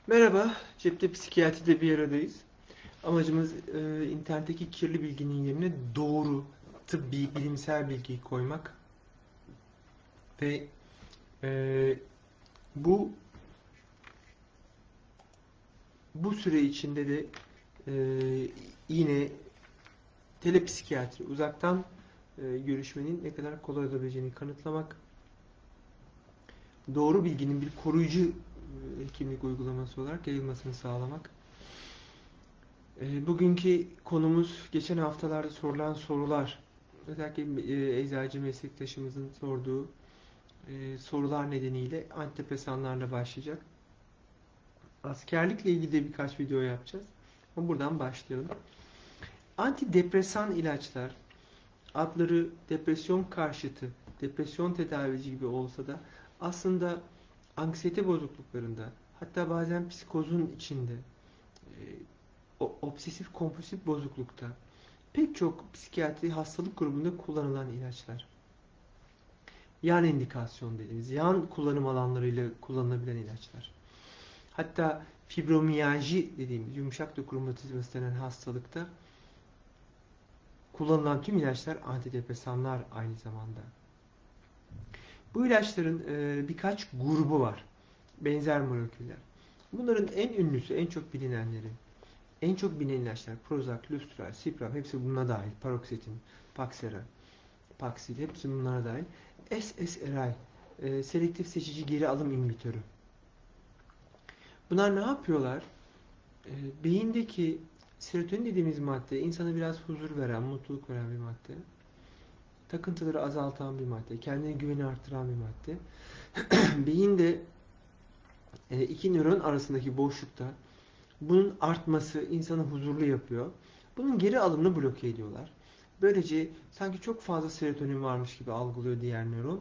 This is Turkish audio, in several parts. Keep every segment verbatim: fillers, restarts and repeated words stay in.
Merhaba, Cepte Psikiyatri'de bir aradayız. Amacımız e, internetteki kirli bilginin yerine doğru, tıbbi, bilimsel bilgiyi koymak ve e, bu bu süre içinde de e, yine telepsikiyatri, uzaktan e, görüşmenin ne kadar kolay olabileceğini kanıtlamak, doğru bilginin bir koruyucu e, hekimlik uygulaması olarak yayılmasını sağlamak. E, bugünkü konumuz geçen haftalarda sorulan sorular. Özellikle e, eczacı meslektaşımızın sorduğu e, sorular nedeniyle antidepresanlarla başlayacak. Askerlikle ilgili de birkaç video yapacağız. Ama buradan başlayalım. Antidepresan ilaçlar adları depresyon karşıtı, depresyon tedavici gibi olsa da aslında anksiyete bozukluklarında, hatta bazen psikozun içinde, e, obsesif kompulsif bozuklukta, pek çok psikiyatri hastalık grubunda kullanılan ilaçlar. Yan indikasyon dediğimiz, yan kullanım alanlarıyla kullanılabilen ilaçlar. Hatta fibromiyalji dediğimiz yumuşak doku romatizması denen hastalıkta kullanılan tüm ilaçlar antidepresanlar aynı zamanda. Bu ilaçların e, birkaç grubu var. Benzer moleküller. Bunların en ünlüsü, en çok bilinenleri, en çok bilinen ilaçlar Prozac, Lustral, Cipram, hepsi bununla dahil. Paroxetin, Paxera, Paxil, hepsi bunlara dahil. S S R I, e, selektif seçici geri alım inhibitörü. Bunlar ne yapıyorlar? E, beyindeki serotonin dediğimiz madde, insana biraz huzur veren, mutluluk veren bir madde. Takıntıları azaltan bir madde, kendine güveni arttıran bir madde. Beyinde e, iki nöron arasındaki boşlukta bunun artması insanı huzurlu yapıyor. Bunun geri alımını bloke ediyorlar. Böylece sanki çok fazla serotonin varmış gibi algılıyor diğer nöron.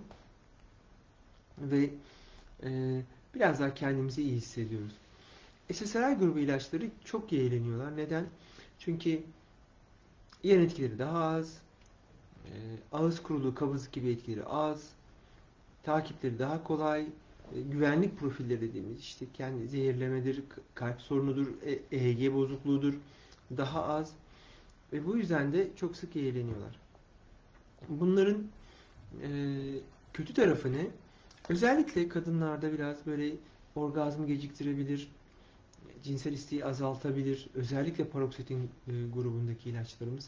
Ve e, biraz daha kendimizi iyi hissediyoruz. S S R I grubu ilaçları çok yeğleniyorlar. Neden? Çünkü yan etkileri daha az, e, ağız kuruluğu, kabızlık gibi etkileri az, takipleri daha kolay, e, güvenlik profilleri dediğimiz işte kendi zehirlemedir, kalp sorunudur, E E G bozukluğudur daha az ve bu yüzden de çok sık yeğleniyorlar. Bunların e, kötü tarafı ne? Özellikle kadınlarda biraz böyle orgazm geciktirebilir, cinsel isteği azaltabilir. Özellikle paroksetin e, grubundaki ilaçlarımız.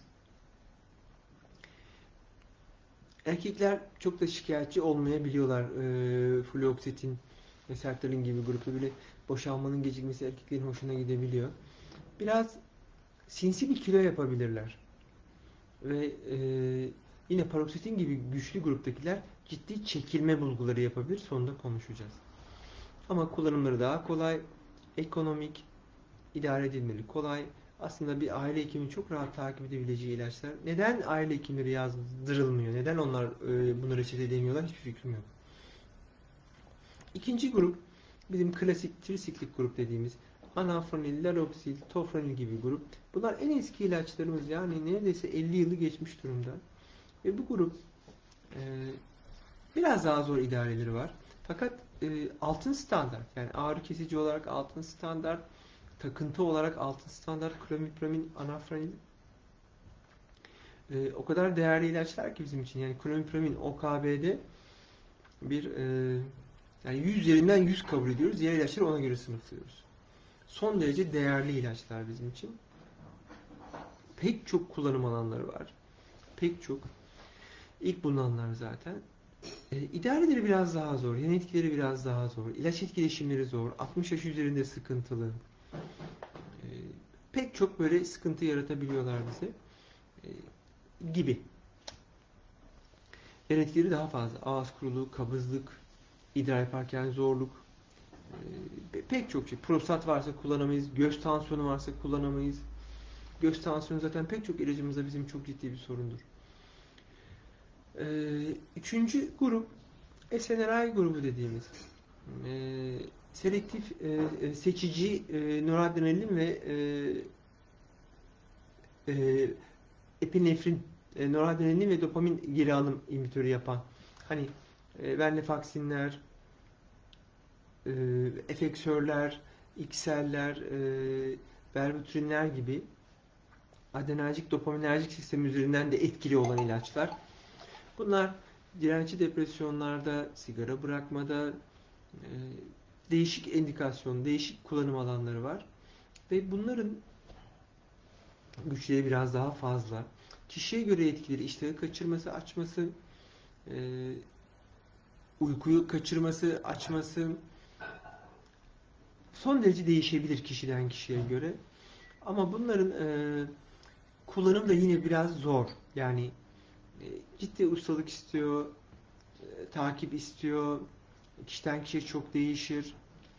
Erkekler çok da şikayetçi olmayabiliyorlar. E, fluoksetin ve sertralin gibi grupta bile boşalmanın gecikmesi erkeklerin hoşuna gidebiliyor. Biraz sinsi bir kilo yapabilirler. Ve e, yine paroksetin gibi güçlü gruptakiler ciddi çekilme bulguları yapabilir. Sonunda konuşacağız. Ama kullanımları daha kolay, ekonomik, idare edilmeli, kolay. Aslında bir aile hekimi çok rahat takip edebileceği ilaçlar. Neden aile hekimleri yazdırılmıyor? Neden onlar e, bunu reçete edemiyorlar? Hiçbir fikrim yok. İkinci grup bizim klasik trisiklik grup dediğimiz anafranil, laloksil, tofranil gibi grup. Bunlar en eski ilaçlarımız, yani neredeyse elli yılı geçmiş durumda. Ve bu grup e, biraz daha zor idareleri var. Fakat e, altın standart, yani ağrı kesici olarak altın standart, takıntı olarak altın standart, klomipramid, anafranil e, o kadar değerli ilaçlar ki bizim için. Yani klomipramid O K B'de bir e, yani yüz üzerinden yüz kabul ediyoruz. Diğer ilaçları ona göre sınıflıyoruz. Son derece değerli ilaçlar bizim için. Pek çok kullanım alanları var. Pek çok. İlk bulunanlar zaten. E, idareleri biraz daha zor. Yan etkileri biraz daha zor. İlaç etkileşimleri zor. altmış yaş üzerinde sıkıntılı. E, pek çok böyle sıkıntı yaratabiliyorlar bize. E, gibi. Yan etkileri daha fazla. Ağız kuruluğu, kabızlık, idrar yaparken zorluk. E, pek çok şey. Prostat varsa kullanamayız. Göz tansiyonu varsa kullanamayız. Göz tansiyonu zaten pek çok ilacımızda bizim çok ciddi bir sorundur. E, üçüncü grup S N R I grubu dediğimiz e, selektif e, seçici e, noradrenalin ve e, e, epinefrin, e, noradrenalin ve dopamin geri alım inhibitörü yapan, hani e, venlafaxinler, e, efeksörler, ikseller, e, Wellbutrinler gibi adrenerjik, dopaminerjik sistem üzerinden de etkili olan ilaçlar. Bunlar dirençli depresyonlarda, sigara bırakmada e, değişik endikasyon, değişik kullanım alanları var. Ve bunların güçleri biraz daha fazla. Kişiye göre etkileri, iştahı kaçırması, açması, e, uykuyu kaçırması, açması son derece değişebilir kişiden kişiye göre. Ama bunların e, kullanım da yine biraz zor. Yani e, ciddi ustalık istiyor, e, takip istiyor, kişiden kişiye çok değişir.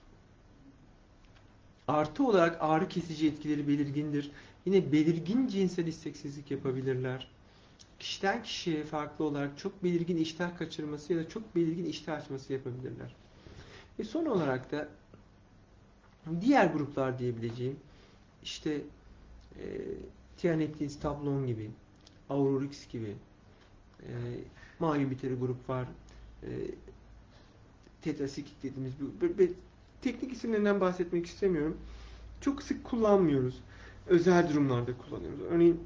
Artı olarak ağrı kesici etkileri belirgindir. Yine belirgin cinsel isteksizlik yapabilirler. Kişiden kişiye farklı olarak çok belirgin iştah kaçırması ya da çok belirgin iştah açması yapabilirler. Ve son olarak da diğer gruplar diyebileceğim işte e, Tianeptine, Stablon gibi, Aurorix gibi e, mavi biteri grup var. E, Tetrasiklik dediğimiz bir, bir, teknik isimlerinden bahsetmek istemiyorum. Çok sık kullanmıyoruz. Özel durumlarda kullanıyoruz. Örneğin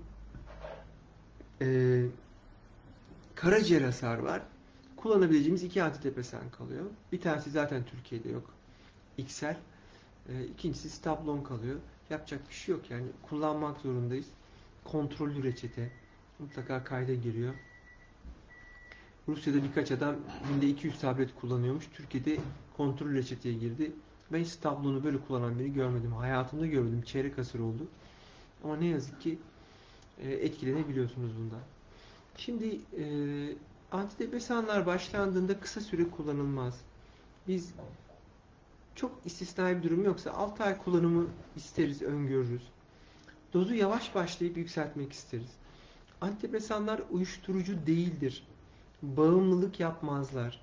e, karaciğer hasar var. Kullanabileceğimiz iki antidepresan kalıyor. Bir tanesi zaten Türkiye'de yok. İksel. E, ikincisi Stablon kalıyor. Yapacak bir şey yok. Yani kullanmak zorundayız. Kontrollü reçete. Mutlaka kayda giriyor. Rusya'da birkaç adam günde iki yüz tablet kullanıyormuş. Türkiye'de kontrol reçeteye girdi. Ben hiç Stablon'u böyle kullanan birini görmedim. Hayatımda görmedim. Çeyrek asır oldu. Ama ne yazık ki e, etkilenebiliyorsunuz bundan. Şimdi e, antidepresanlar başlandığında kısa süre kullanılmaz. Biz çok istisnai bir durum yoksa altı ay kullanımı isteriz, öngörürüz. Dozu yavaş başlayıp yükseltmek isteriz. Antidepresanlar uyuşturucu değildir. Bağımlılık yapmazlar.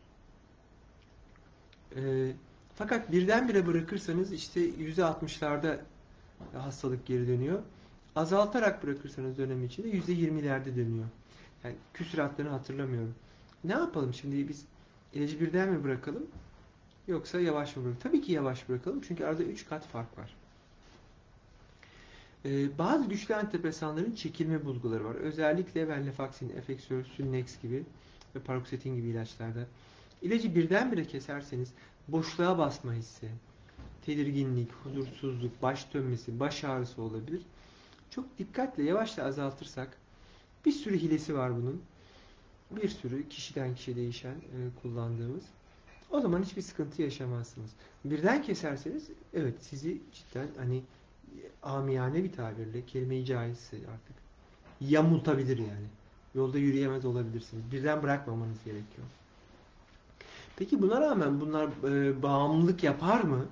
E, fakat birdenbire bırakırsanız işte yüzde altmışlarda hastalık geri dönüyor. Azaltarak bırakırsanız dönem içinde yüzde yirmilerde dönüyor. Yani küsuratlarını hatırlamıyorum. Ne yapalım şimdi biz ilacı birden mi bırakalım yoksa yavaş mı bırakalım? Tabii ki yavaş bırakalım çünkü arada üç kat fark var. Ee, bazı güçlü antidepresanların çekilme bulguları var. Özellikle venlafaxin, Effexor, Sunex gibi ve paroxetin gibi ilaçlarda. İlacı birdenbire keserseniz boşluğa basma hissi, tedirginlik, huzursuzluk, baş dönmesi, baş ağrısı olabilir. Çok dikkatle, yavaşça azaltırsak bir sürü hilesi var bunun. Bir sürü kişiden kişiye değişen e, kullandığımız. O zaman hiçbir sıkıntı yaşamazsınız. Birden keserseniz evet sizi cidden hani amiyane bir tabirle kelime-i caizse artık yamultabilir yani. Yolda yürüyemez olabilirsiniz. Birden bırakmamanız gerekiyor. Peki buna rağmen bunlar e, bağımlılık yapar mı?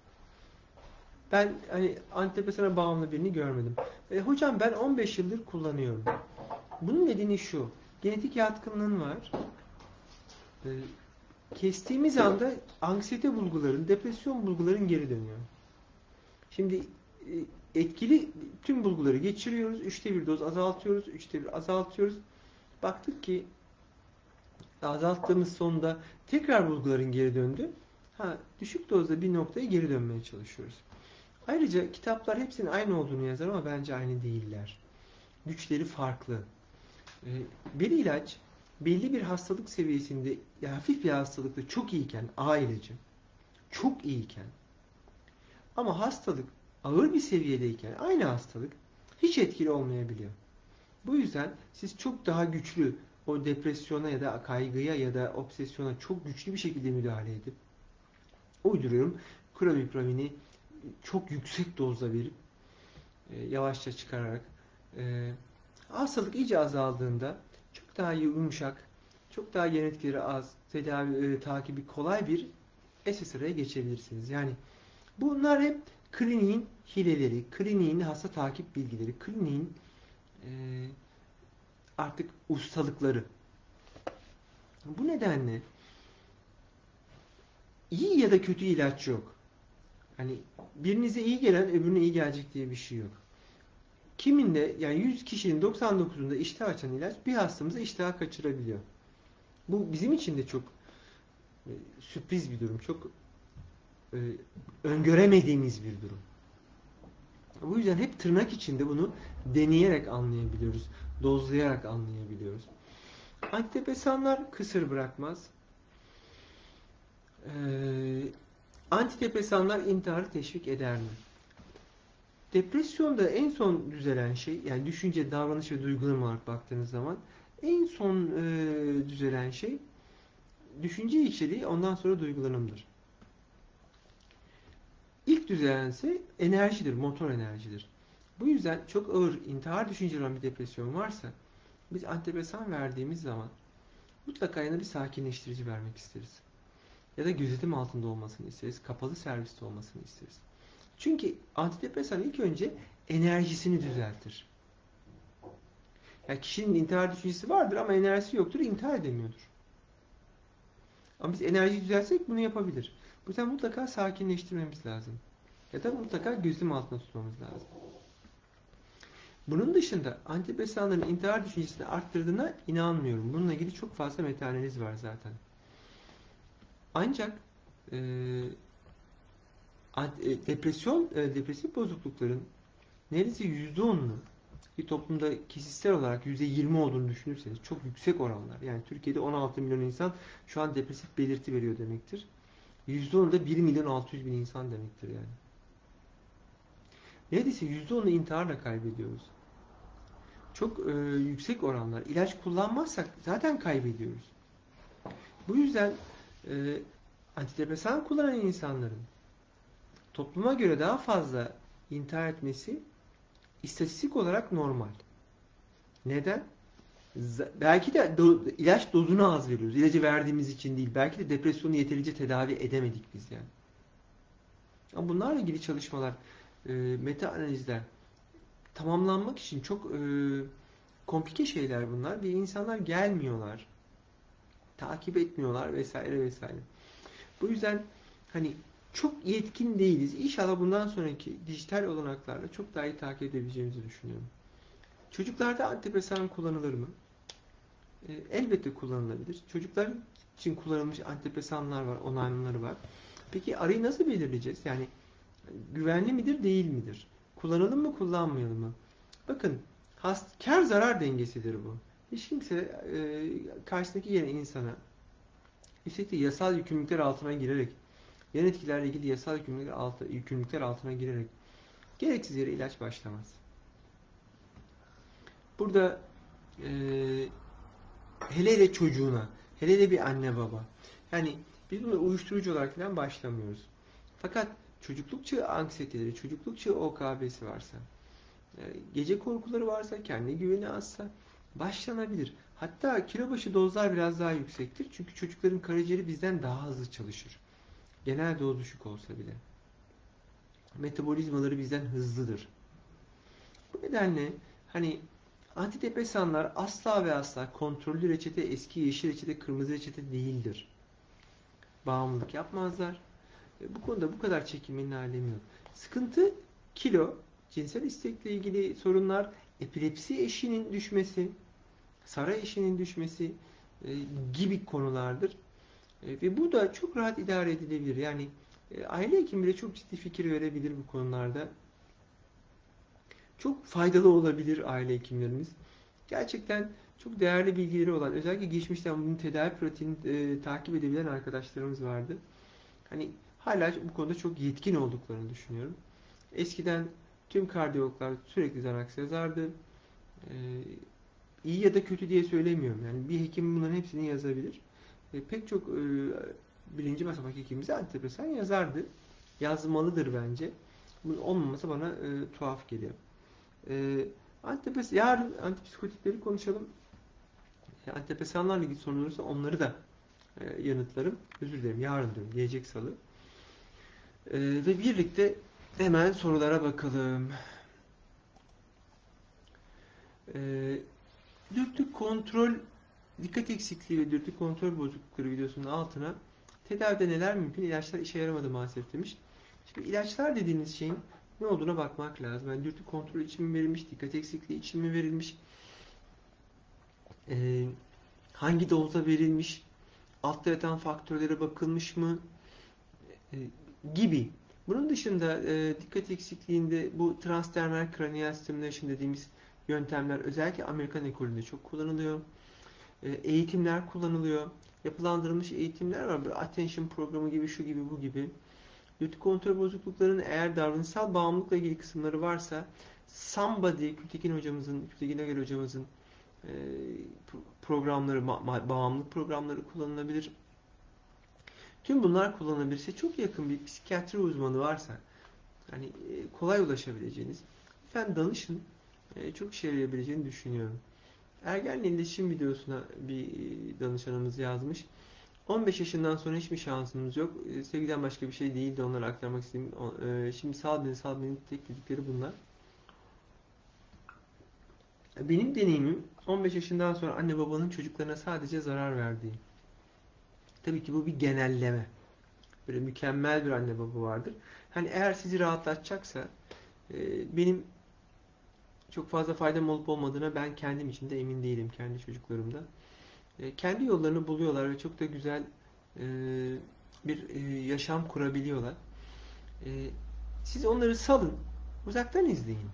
Ben hani antidepresana bağımlı birini görmedim. E, hocam ben on beş yıldır kullanıyorum. Bunun nedeni şu. Genetik yatkınlığın var. E, kestiğimiz anda anksiyete bulguların, depresyon bulguların geri dönüyor. Şimdi e, etkili tüm bulguları geçiriyoruz. Üçte bir doz azaltıyoruz. Üçte bir azaltıyoruz. Baktık ki azalttığımız sonunda tekrar bulguların geri döndü. Ha, düşük dozda bir noktaya geri dönmeye çalışıyoruz. Ayrıca kitaplar hepsinin aynı olduğunu yazar ama bence aynı değiller. Güçleri farklı. Ee, bir ilaç belli bir hastalık seviyesinde ya hafif bir hastalıkta çok iyiyken A ilacı çok iyiyken ama hastalık ağır bir seviyedeyken aynı hastalık hiç etkili olmayabiliyor. Bu yüzden siz çok daha güçlü o depresyona ya da kaygıya ya da obsesyona çok güçlü bir şekilde müdahale edip uyduruyorum. Klomipramini çok yüksek dozda verip e, yavaşça çıkararak e, hastalık iyice azaldığında çok daha yumuşak, çok daha yan etkileri az, tedavi e, takibi kolay bir S S R'ye geçebilirsiniz. Yani bunlar hep kliniğin hileleri, kliniğin hasta takip bilgileri, kliniğin e, artık ustalıkları. Bu nedenle iyi ya da kötü ilaç yok. Hani birinize iyi gelen öbürüne iyi gelecek diye bir şey yok. Kiminde yani yüz kişinin doksan dokuzunda iştah açan ilaç bir hastamıza iştahı kaçırabiliyor. Bu bizim için de çok e, sürpriz bir durum. Çok e, öngöremediğimiz bir durum. Bu yüzden hep tırnak içinde bunu deneyerek anlayabiliyoruz. Dozlayarak anlayabiliyoruz. Antidepresanlar kısır bırakmaz. Ee, antidepresanlar intiharı teşvik eder mi? Depresyonda en son düzelen şey, yani düşünce, davranış ve duygular olarak baktığınız zaman en son e, düzelen şey düşünce içeriği, ondan sonra duygulanımdır. İlk düzelense enerjidir, motor enerjidir. Bu yüzden çok ağır intihar düşünceleri olan bir depresyon varsa biz antidepresan verdiğimiz zaman mutlaka yanına bir sakinleştirici vermek isteriz. Ya da gözetim altında olmasını isteriz. Kapalı serviste olmasını isteriz. Çünkü antidepresan ilk önce enerjisini düzeltir. Yani kişinin intihar düşüncesi vardır ama enerjisi yoktur, intihar edemiyordur. Ama biz enerjiyi düzelsek bunu yapabilir. Bu yüzden mutlaka sakinleştirmemiz lazım. Ya da mutlaka gözetim altında tutmamız lazım. Bunun dışında antidepresanların intihar düşüncesini arttırdığına inanmıyorum. Bununla ilgili çok fazla metaanaliz var zaten. Ancak e, depresyon, e, depresif bozuklukların neredeyse yüzde onunu bir toplumda kesitsel olarak yüzde yirmi olduğunu düşünürseniz çok yüksek oranlar. Yani Türkiye'de on altı milyon insan şu an depresif belirti veriyor demektir. yüzde onu da bir milyon altı yüz bin insan demektir yani. Neredeyse yüzde onu intiharla kaybediyoruz. Çok e, yüksek oranlar. İlaç kullanmazsak zaten kaybediyoruz. Bu yüzden e, antidepresan kullanan insanların topluma göre daha fazla intihar etmesi istatistik olarak normal. Neden? Z- belki de do ilaç dozunu az veriyoruz. İlacı verdiğimiz için değil. Belki de depresyonu yeterince tedavi edemedik biz yani. Ama bunlarla ilgili çalışmalar, e, meta analizler tamamlanmak için çok e, komplike şeyler bunlar. Ve insanlar gelmiyorlar. Takip etmiyorlar vesaire vesaire. Bu yüzden hani çok yetkin değiliz. İnşallah bundan sonraki dijital olanaklarla çok daha iyi takip edebileceğimizi düşünüyorum. Çocuklarda antidepresan kullanılır mı? E, elbette kullanılabilir. Çocuklar için kullanılmış antidepresanlar var, onaylananları var. Peki arayı nasıl belirleyeceğiz? Yani güvenli midir, değil midir? Kullanalım mı, kullanmayalım mı? Bakın, hast kar zarar dengesidir bu. Hiç kimse e, karşısındaki gelen insana üstelik yasal yükümlülükler altına girerek, yan etkilerle ilgili yasal yükümlülükler, altı, yükümlülükler altına girerek gereksiz yere ilaç başlamaz. Burada e, hele hele çocuğuna, hele hele bir anne baba. Yani biz bunu uyuşturucu olarak falan başlamıyoruz. Fakat çocukluk çağı anksiyeteleri, çocukluk çağı O K B'si varsa, gece korkuları varsa, kendi güveni azsa başlanabilir. Hatta kilo başı dozlar biraz daha yüksektir. Çünkü çocukların karaciğeri bizden daha hızlı çalışır. Genel doz düşük olsa bile. Metabolizmaları bizden hızlıdır. Bu nedenle hani antidepresanlar asla ve asla kontrollü reçete, eski yeşil reçete, kırmızı reçete değildir. Bağımlılık yapmazlar. Bu konuda bu kadar çekinmenin alemi yok. Sıkıntı kilo, cinsel istekle ilgili sorunlar, epilepsi eşiğinin düşmesi, saray eşiğinin düşmesi e, gibi konulardır. E, ve bu da çok rahat idare edilebilir. Yani e, aile hekimi bile çok ciddi fikir verebilir bu konularda. Çok faydalı olabilir aile hekimlerimiz. Gerçekten çok değerli bilgileri olan, özellikle geçmişten bunun tedavi pratiğini e, takip edebilen arkadaşlarımız vardı. Hani hala bu konuda çok yetkin olduklarını düşünüyorum. Eskiden tüm kardiyologlar sürekli Xanax yazardı. Ee, iyi ya da kötü diye söylemiyorum. Yani bir hekim bunların hepsini yazabilir. E, pek çok e, birinci basamak hekimimize antidepresan yazardı. Yazmalıdır bence. Bunun olmaması bana e, tuhaf geliyor. E, antidepresan, yarın antipsikotikleri konuşalım. E, antidepresanlarla ilgili sorun olursa onları da e, yanıtlarım. Özür dilerim, yarın diyorum. Gelecek salı. E, ve birlikte hemen sorulara bakalım. E, dürtü kontrol, dikkat eksikliği ve dürtü kontrol bozuklukları videosunun altına tedavide neler mümkün? İlaçlar işe yaramadı maalesef demiş. Şimdi ilaçlar dediğiniz şeyin ne olduğuna bakmak lazım. Yani dürtü kontrol için mi verilmiş, dikkat eksikliği için mi verilmiş, e, hangi dozda verilmiş, altta yatan faktörlere bakılmış mı? E, gibi. Bunun dışında e, dikkat eksikliğinde bu transdermal cranial stimulation dediğimiz yöntemler özellikle Amerikan ekolünde çok kullanılıyor. E, eğitimler kullanılıyor. Yapılandırılmış eğitimler var. Böyle attention programı gibi, şu gibi, bu gibi. Dürtü kontrol bozukluklarının eğer davranışsal bağımlılıkla ilgili kısımları varsa Somebody, Kültekin hocamızın, Kültekin Öger hocamızın e, programları, bağımlılık programları kullanılabilir. Tüm bunlar kullanılabilirse çok yakın bir psikiyatri uzmanı varsa hani kolay ulaşabileceğiniz lütfen danışın. Çok işe yarayabileceğini düşünüyorum. Ergenle iletişim videosuna bir danışanımız yazmış. on beş yaşından sonra hiçbir şansımız yok. Sevgiden başka bir şey değildi onları aktarmak istediğim. Şimdi sal beni, sal beni tek dedikleri bunlar. Benim deneyimim on beş yaşından sonra anne babanın çocuklarına sadece zarar verdiği. Tabii ki bu bir genelleme. Böyle mükemmel bir anne baba vardır. Hani eğer sizi rahatlatacaksa benim çok fazla faydam olup olmadığına ben kendim için de emin değilim, kendi çocuklarımda. Kendi yollarını buluyorlar ve çok da güzel bir yaşam kurabiliyorlar. Siz onları salın, uzaktan izleyin.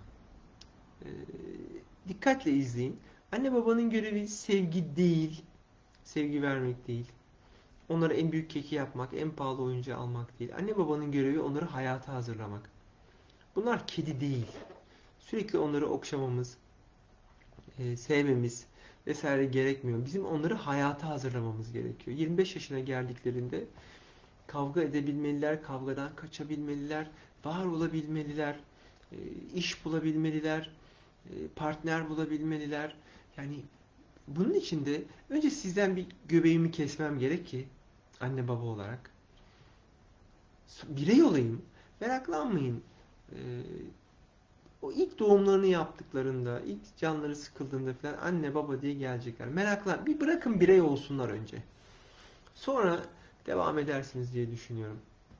Dikkatle izleyin. Anne babanın görevi sevgi değil, sevgi vermek değil. Onlara en büyük keki yapmak, en pahalı oyuncağı almak değil. Anne babanın görevi onları hayata hazırlamak. Bunlar kedi değil. Sürekli onları okşamamız, e, sevmemiz vesaire gerekmiyor. Bizim onları hayata hazırlamamız gerekiyor. yirmi beş yaşına geldiklerinde kavga edebilmeliler, kavgadan kaçabilmeliler, var olabilmeliler, e, iş bulabilmeliler, e, partner bulabilmeliler. Yani bunun için de önce sizden bir göbeğimi kesmem gerek ki anne baba olarak birey olayım. Meraklanmayın. E, O ilk doğumlarını yaptıklarında, ilk canları sıkıldığında falan anne baba diye gelecekler. Meraklan, bir bırakın birey olsunlar önce. Sonra devam edersiniz diye düşünüyorum.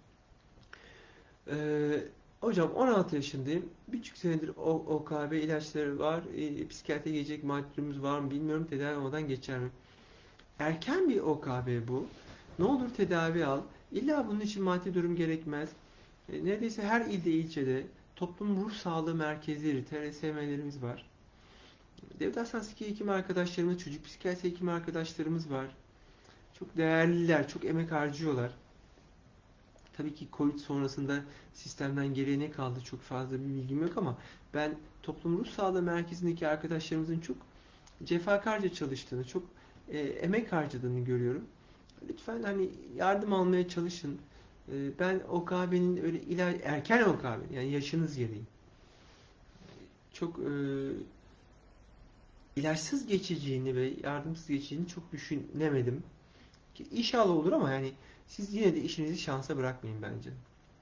Ee, hocam on altı yaşındayım. Bir buçuk senedir O K B ilaçları var. E, psikiyatri gelecek maddelerimiz var mı bilmiyorum. Tedavi olmadan geçer mi? Erken bir O K B bu. Ne olur tedavi al. İlla bunun için maddi durum gerekmez. E, neredeyse her ilde ilçede toplum ruh sağlığı merkezleri, T R S M'lerimiz var. Devlet Hastanesi hekim arkadaşlarımız, çocuk psikiyatri hekim arkadaşlarımız var. Çok değerliler, çok emek harcıyorlar. Tabii ki Covid sonrasında sistemden geriye ne kaldı çok fazla bir bilgim yok ama ben toplum ruh sağlığı merkezindeki arkadaşlarımızın çok cefakarca çalıştığını, çok e, emek harcadığını görüyorum. Lütfen hani yardım almaya çalışın. E, ben O K B'nin öyle ilaç, erken O K B, yani yaşınız gereği çok e, ilaçsız geçeceğini ve yardımsız geçeceğini çok düşünemedim. Ki İnşallah olur ama yani siz yine de işinizi şansa bırakmayın bence.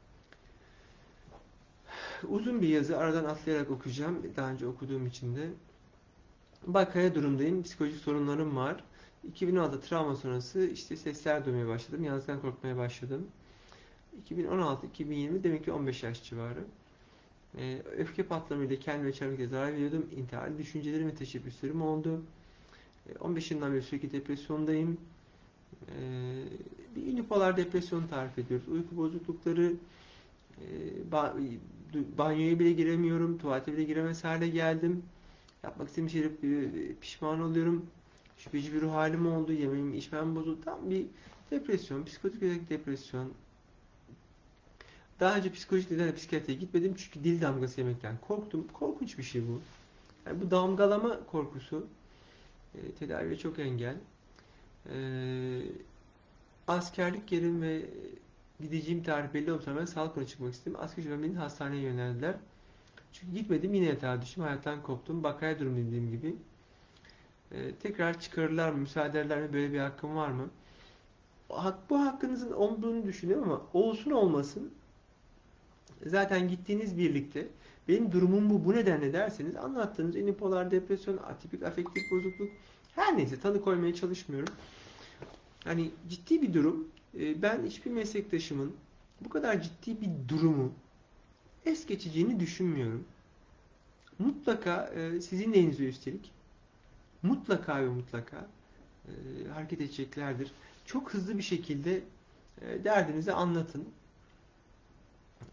Uzun bir yazı aradan atlayarak okuyacağım. Daha önce okuduğum için de. Bakaya durumdayım. Psikolojik sorunlarım var. iki bin on altı travma sonrası işte sesler duymaya başladım. Yalnızlıktan korkmaya başladım. iki bin on altı iki bin yirmi demek ki on beş yaş civarı. Ee, öfke patlamıyla kendime çarpıkla zarar veriyordum. İntihar düşüncelerim ve teşebbüslerim oldu. Ee, on beş yılından beri sürekli depresyondayım. Ee, bir unipolar depresyonu tarif ediyoruz. Uyku bozuklukları, e, ba banyoya bile giremiyorum, tuvalete bile giremez hale geldim. Yapmak istediğim şeyleri e, pişman oluyorum. Şüpheci bir ruh halim oldu, yemeğim, içmem bozuldu. Tam bir depresyon, psikotik depresyon. Daha önce psikolojik nedenle psikiyatriye gitmedim çünkü dil damgası yemekten korktum. Korkunç bir şey bu. Yani bu damgalama korkusu e, tedaviye çok engel. E, askerlik yerim ve gideceğim tarih belli olmasa ben sağlık kuruluna çıkmak istedim. Askerlik beni hastaneye yönlendiler. Çünkü gitmedim yine yatağa düştüm. Hayattan koptum. Bakaya durum dediğim gibi. Ee, tekrar çıkarırlar mı? Müsaade ederler mi? Böyle bir hakkım var mı? Hak, bu hakkınızın olduğunu düşünüyorum ama olsun olmasın zaten gittiğiniz birlikte benim durumum bu, bu nedenle derseniz anlattığınız unipolar depresyon, atipik afektif bozukluk her neyse tanı koymaya çalışmıyorum. Hani ciddi bir durum. Ee, ben hiçbir meslektaşımın bu kadar ciddi bir durumu es geçeceğini düşünmüyorum. Mutlaka e, sizin lehinize üstelik mutlaka ve mutlaka e, hareket edeceklerdir. Çok hızlı bir şekilde e, derdinizi anlatın.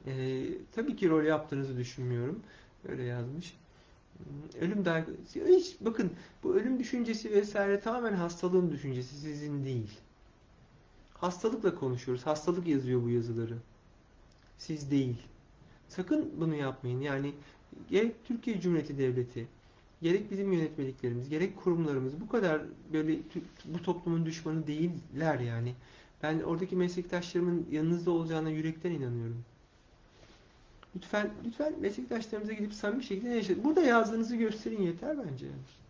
Ee, tabii ki rol yaptığınızı düşünmüyorum. Öyle yazmış. Ölüm dergisi. Hiç bakın, bu ölüm düşüncesi vesaire tamamen hastalığın düşüncesi, sizin değil. Hastalıkla konuşuyoruz. Hastalık yazıyor bu yazıları. Siz değil. Sakın bunu yapmayın. Yani gerek Türkiye Cumhuriyeti Devleti, gerek bizim yönetmeliklerimiz, gerek kurumlarımız bu kadar böyle bu toplumun düşmanı değiller yani. Ben oradaki meslektaşlarımın yanınızda olacağına yürekten inanıyorum. Lütfen, lütfen meslektaşlarımıza gidip samimi bir şekilde yaşayın. Burada yazdığınızı gösterin, yeter bence.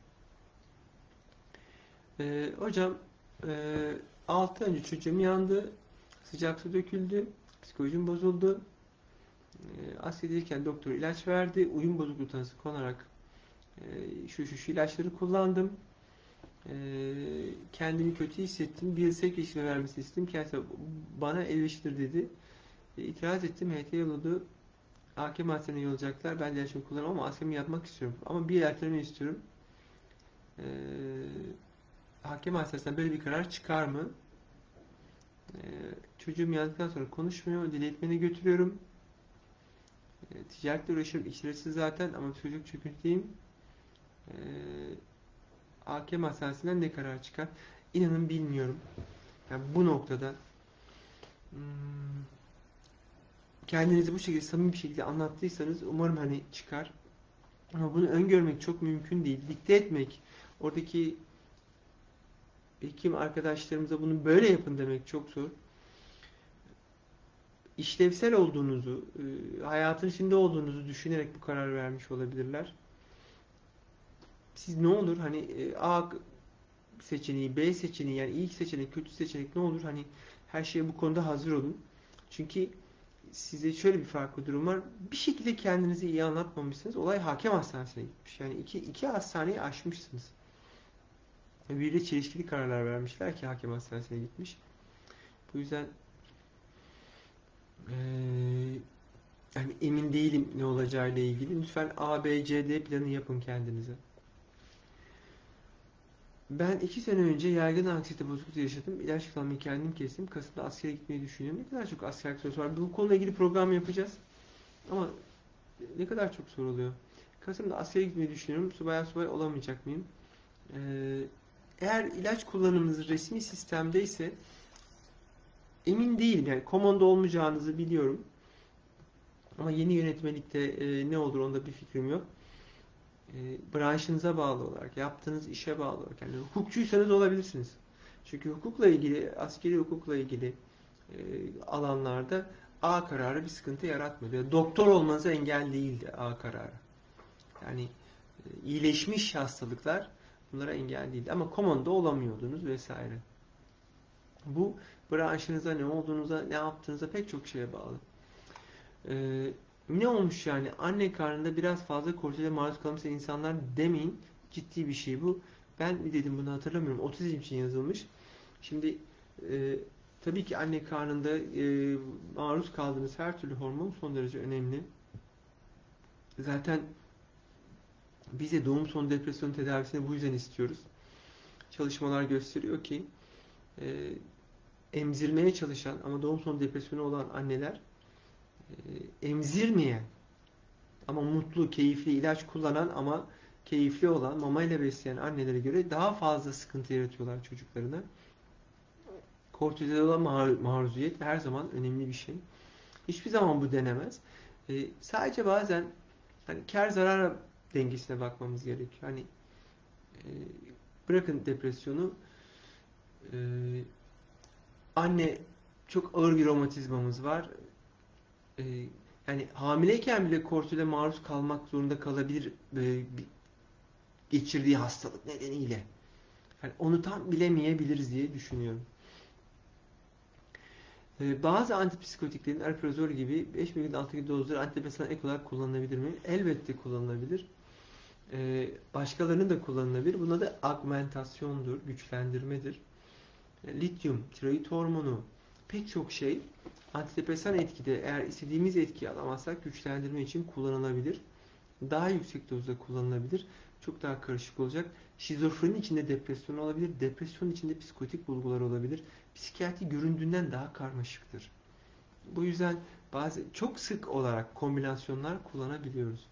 Ee, hocam e, altı ay önce çocuğum yandı. Sıcak su döküldü. Psikolojim bozuldu. E, Askedeyken doktor ilaç verdi. Uyum bozukluğu tanısı konarak e, şu şu şu ilaçları kullandım. E, kendimi kötü hissettim. Bir sevk işine vermesini istedim. Kendisi bana eleştir dedi. E, itiraz ettim. H T yolladı. Hakem hastaneye yollayacaklar. Ben de ilaçımı kullanamam ama askemi yapmak istiyorum. Ama bir erteleme istiyorum. E, hakem hastanesinden böyle bir karar çıkar mı? E, çocuğum yandıktan sonra konuşmuyor. Dile etmeni götürüyorum. E, ticaretle uğraşıyorum. İşlersiz zaten ama çocuk çöküntüyüm. E, hakem hastanesinden ne karar çıkar? İnanın bilmiyorum. Yani bu noktada hmm, kendinizi bu şekilde samimi bir şekilde anlattıysanız umarım hani çıkar. Ama bunu öngörmek çok mümkün değil. Dikte etmek, oradaki hekim arkadaşlarımıza bunu böyle yapın demek çok zor. İşlevsel olduğunuzu, e, hayatın içinde olduğunuzu düşünerek bu karar vermiş olabilirler. Siz ne olur hani e, A seçeneği, B seçeneği, yani iyi seçenek, kötü seçenek ne olur hani her şeye bu konuda hazır olun. Çünkü size şöyle bir farklı durum var. Bir şekilde kendinizi iyi anlatmamışsınız. Olay hakem hastanesine gitmiş. Yani iki, iki hastaneyi aşmışsınız. Birbiriyle çelişkili kararlar vermişler ki hakem hastanesine gitmiş. Bu yüzden ee, yani emin değilim ne olacağıyla ilgili. Lütfen A, B, C, D planı yapın kendinize. Ben iki sene önce yaygın anksiyete bozukluğu yaşadım. İlaç kullanmayı kendim kestim. Kasım'da askere gitmeyi düşünüyorum. Ne kadar çok askerlik sorusu var. Bu konuyla ilgili program yapacağız. Ama ne kadar çok soru oluyor. Kasım'da askere gitmeyi düşünüyorum. Subay subay olamayacak mıyım? Ee, eğer ilaç kullanımınız resmi sistemde ise emin değilim. Yani komando olmayacağınızı biliyorum. Ama yeni yönetmelikte e, ne olur onda bir fikrim yok. E, branşınıza bağlı olarak, yaptığınız işe bağlı olarak. Yani hukukçuysanız olabilirsiniz. Çünkü hukukla ilgili, askeri hukukla ilgili e, alanlarda A kararı bir sıkıntı yaratmıyor. Yani doktor olmanıza engel değildi A kararı. Yani e, iyileşmiş hastalıklar bunlara engel değildi. Ama komando olamıyordunuz vesaire. Bu branşınıza, ne olduğunuza, ne yaptığınıza pek çok şeye bağlı. Ee, ne olmuş yani? Anne karnında biraz fazla kortizola maruz kalmış insanlar demeyin. Ciddi bir şey bu. Ben mi dedim bunu hatırlamıyorum. Otizm için yazılmış. Şimdi e, tabii ki anne karnında e, maruz kaldığınız her türlü hormon son derece önemli. Zaten biz de doğum sonu depresyon tedavisini bu yüzden istiyoruz. Çalışmalar gösteriyor ki e, emzirmeye çalışan ama doğum sonu depresyonu olan anneler e, emzirmeyen ama mutlu, keyifli, ilaç kullanan ama keyifli olan, mamayla besleyen annelere göre daha fazla sıkıntı yaratıyorlar çocuklarına. Kortizola maruziyet her zaman önemli bir şey. Hiçbir zaman bu denemez. Ee, sadece bazen hani kar zarar dengesine bakmamız gerekiyor. Hani e, bırakın depresyonu, e, anne çok ağır bir romatizmamız var. E, yani hamileyken bile kortizola maruz kalmak zorunda kalabilir. E, geçirdiği hastalık nedeniyle. Yani onu tam bilemeyebiliriz diye düşünüyorum. Ee, bazı antipsikotiklerin ariprazol gibi beş miligram altındaki dozları antidepresan ek olarak kullanılabilir mi? Elbette kullanılabilir. Ee, başkalarının da kullanılabilir. Buna da augmentasyondur, güçlendirmedir. E, lityum, tiroid hormonu, pek çok şey antidepresan etkide eğer istediğimiz etkiyi alamazsak güçlendirme için kullanılabilir. Daha yüksek dozda kullanılabilir. Çok daha karışık olacak. Şizofreni içinde depresyon olabilir. Depresyon içinde psikotik bulgular olabilir. Psikiyatri göründüğünden daha karmaşıktır. Bu yüzden bazı çok sık olarak kombinasyonlar kullanabiliyoruz.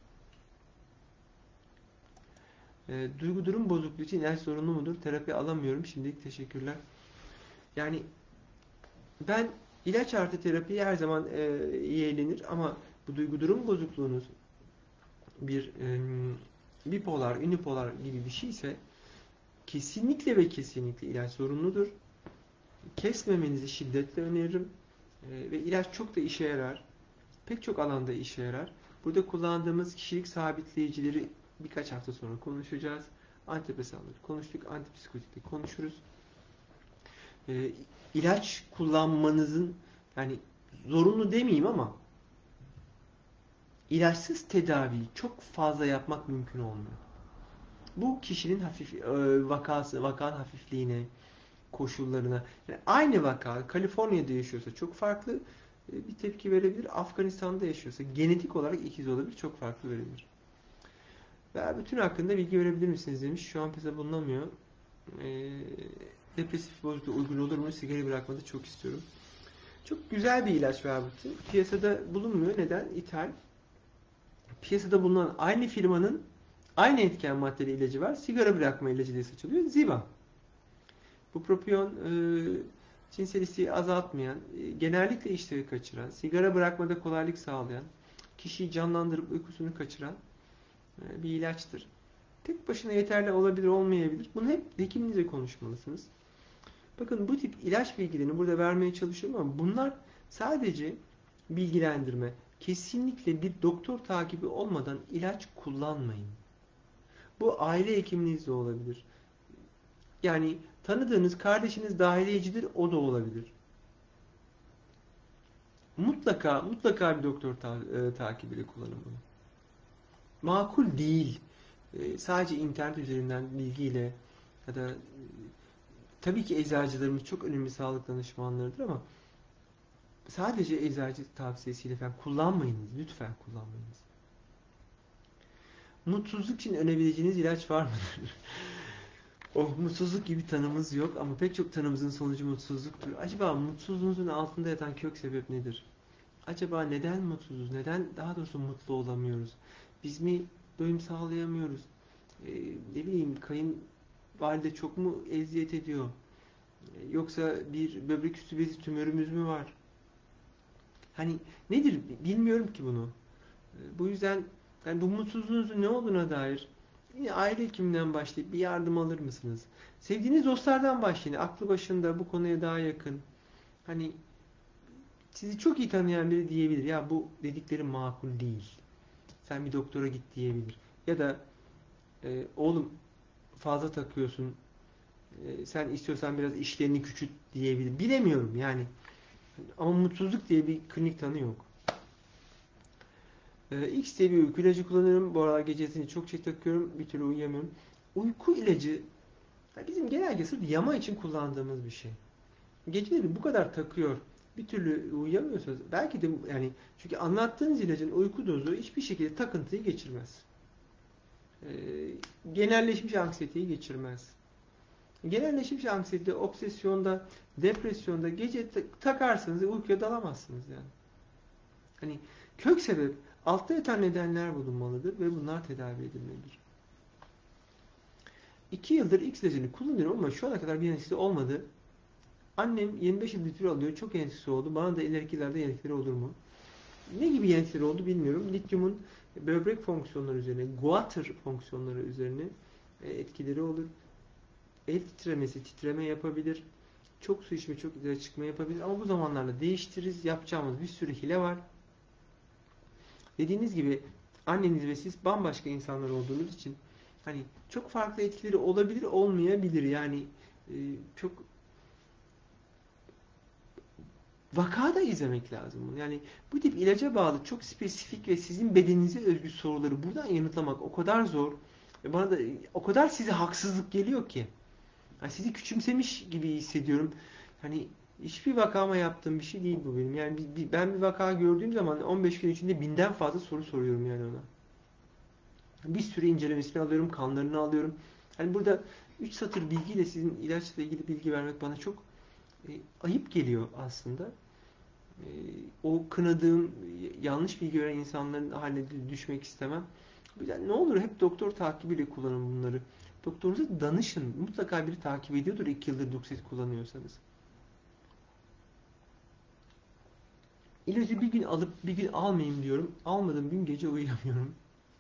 E, duygu durum bozukluğu için ilaç zorunlu mudur? Terapi alamıyorum. Şimdilik teşekkürler. Yani ben ilaç artı terapiyi her zaman e, yeğlenir ama bu duygu durum bozukluğunuz bir e, bipolar, unipolar gibi bir şeyse kesinlikle ve kesinlikle ilaç zorunludur. Kesmemenizi şiddetle öneririm. E, ve ilaç çok da işe yarar. Pek çok alanda işe yarar. Burada kullandığımız kişilik sabitleyicileri birkaç hafta sonra konuşacağız. Antidepresanları konuştuk. Antipsikotikte konuşuruz. E, ilaç kullanmanızın, yani zorunlu demeyeyim ama ilaçsız tedaviyi çok fazla yapmak mümkün olmuyor. Bu kişinin hafif e, vakası, vakanın hafifliğine, koşullarına, yani aynı vaka Kaliforniya'da yaşıyorsa çok farklı e, bir tepki verebilir. Afganistan'da yaşıyorsa genetik olarak ikiz olabilir, çok farklı verebilir. Ve bütün hakkında bilgi verebilir misiniz demiş. Şu an pese bulunamıyor. E, depresif bozukluğa uygun olur mu? Sigara bırakmadı, çok istiyorum. Çok güzel bir ilaç Verbutin. Piyasada bulunmuyor. Neden? İthal. Piyasada bulunan aynı firmanın aynı etken maddeli ilacı var. Sigara bırakma ilacı diye satılıyor. Ziva. Bu propion e, cinsel isteği azaltmayan, e, genellikle iştahı kaçıran, sigara bırakmada kolaylık sağlayan, kişiyi canlandırıp uykusunu kaçıran e, bir ilaçtır. Tek başına yeterli olabilir, olmayabilir. Bunu hep hekiminizle konuşmalısınız. Bakın bu tip ilaç bilgilerini burada vermeye çalışıyorum ama bunlar sadece bilgilendirme. Kesinlikle bir doktor takibi olmadan ilaç kullanmayın. Bu aile hekiminizle olabilir. Yani tanıdığınız kardeşiniz dahiliyecidir, o da olabilir. Mutlaka mutlaka bir doktor ta e, takibiyle kullanın bunu. Makul değil. E, sadece internet üzerinden bilgiyle ya da e, tabii ki eczacılarımız çok önemli sağlık danışmanlarıdır ama sadece eczacı tavsiyesiyle falan kullanmayınız. Lütfen kullanmayınız. Mutsuzluk için önerebileceğiniz ilaç var mıdır? Oh, mutsuzluk gibi tanımız yok ama pek çok tanımızın sonucu mutsuzluktur. Acaba mutsuzluğunuzun altında yatan kök sebep nedir? Acaba neden mutsuzuz? Neden daha doğrusu mutlu olamıyoruz? Biz mi doyum sağlayamıyoruz? Ee, ne bileyim, kayınvalide çok mu eziyet ediyor? Ee, yoksa bir böbrek üstü bezi tümörümüz mü var? Hani nedir? Bilmiyorum ki bunu. Ee, bu yüzden yani bu mutsuzluğunuzun ne olduğuna dair yine aile hekiminden başlayıp bir yardım alır mısınız? Sevdiğiniz dostlardan başlayın. Aklı başında, bu konuya daha yakın. Hani sizi çok iyi tanıyan biri diyebilir. Ya bu dedikleri makul değil. Sen bir doktora git diyebilir. Ya da e, oğlum fazla takıyorsun. E, sen istiyorsan biraz işlerini küçült diyebilir. Bilemiyorum yani. Ama mutsuzluk diye bir klinik tanı yok. E, X diye bir uyku ilacı kullanıyorum. Bu aralar gecesini çok şey takıyorum. Bir türlü uyuyamıyorum. Uyku ilacı bizim genellikle sırf yama için kullandığımız bir şey. Geceleri bu kadar takıyor, bir türlü uyuyamıyorsanız belki de yani, çünkü anlattığınız ilacın uyku dozu hiçbir şekilde takıntıyı geçirmez. Ee, genelleşmiş anksiyeteyi geçirmez. Genelleşmiş anksiyete, obsesyonda, depresyonda gece takarsanız uykuya dalamazsınız yani. Hani kök sebep, altta yatan nedenler bulunmalıdır ve bunlar tedavi edilmelidir. İki yıldır X ilacını kullanıyorum ama şu ana kadar bir etkisi olmadı. Annem yirmi beş yıl litür alıyor. Çok etkisi oldu. Bana da ilerikilerde yenilikleri olur mu? Ne gibi yenilikleri oldu bilmiyorum. Lityumun böbrek fonksiyonları üzerine, guatr fonksiyonları üzerine etkileri olur. El titremesi, titreme yapabilir. Çok su içme, çok güzel çıkma yapabilir. Ama bu zamanlarda değiştiririz. Yapacağımız bir sürü hile var. Dediğiniz gibi anneniz ve siz bambaşka insanlar olduğunuz için hani çok farklı etkileri olabilir, olmayabilir. Yani e, çok vakada izlemek lazım bunu. Yani bu tip ilaca bağlı çok spesifik ve sizin bedeninize özgü soruları buradan yanıtlamak o kadar zor ve bana da o kadar size haksızlık geliyor ki. Yani sizi küçümsemiş gibi hissediyorum. Hani hiçbir vakama yaptığım bir şey değil bu benim. Yani bir, bir, ben bir vaka gördüğüm zaman on beş gün içinde binden fazla soru soruyorum yani ona. Bir sürü incelemesini alıyorum, kanlarını alıyorum. Hani burada üç satır bilgiyle sizin ilaçla ilgili bilgi vermek bana çok e, ayıp geliyor aslında. E, o kınadığım, yanlış bilgi veren insanların haline düşmek istemem. O yüzden ne olur hep doktor takibiyle kullanın bunları. Doktorunuza danışın. Mutlaka biri takip ediyordur iki yıldır Duxet kullanıyorsanız. İlacı bir gün alıp bir gün almayayım diyorum. Almadığım gün gece uyuyamıyorum.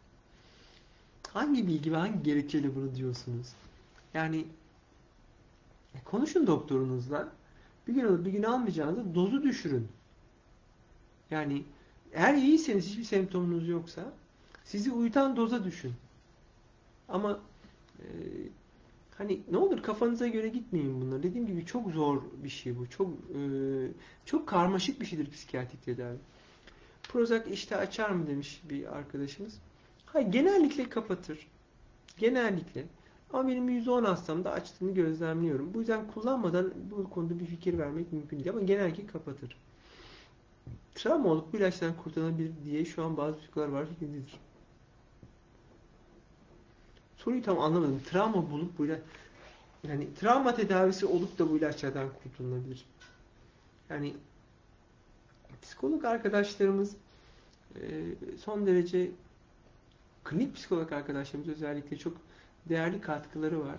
Hangi bilgi ve hangi gerekçeyle bunu diyorsunuz? Yani konuşun doktorunuzla. Bir gün alıp bir gün almayacağınızda dozu düşürün. Yani eğer iyiyseniz, hiçbir semptomunuz yoksa sizi uyutan doza düşün. Ama e, hani ne olur kafanıza göre gitmeyin bunlar. Dediğim gibi çok zor bir şey bu. Çok e, çok karmaşık bir şeydir psikiyatrik tedavi. Prozac işte açar mı demiş bir arkadaşımız. Hayır, genellikle kapatır. Genellikle. Ama benim yüzde on hastamda açtığını gözlemliyorum. Bu yüzden kullanmadan bu konuda bir fikir vermek mümkün değil. Ama genellikle kapatır. Travma olup bu ilaçtan kurtulabilir diye şu an bazı psikologlar var, fikrindedir. Soruyu tam anlamadım. Travma bulup bu ilaç... Yani travma tedavisi olup da bu ilaçlardan kurtulabilir. Yani psikolog arkadaşlarımız son derece, klinik psikolog arkadaşlarımız özellikle çok değerli katkıları var.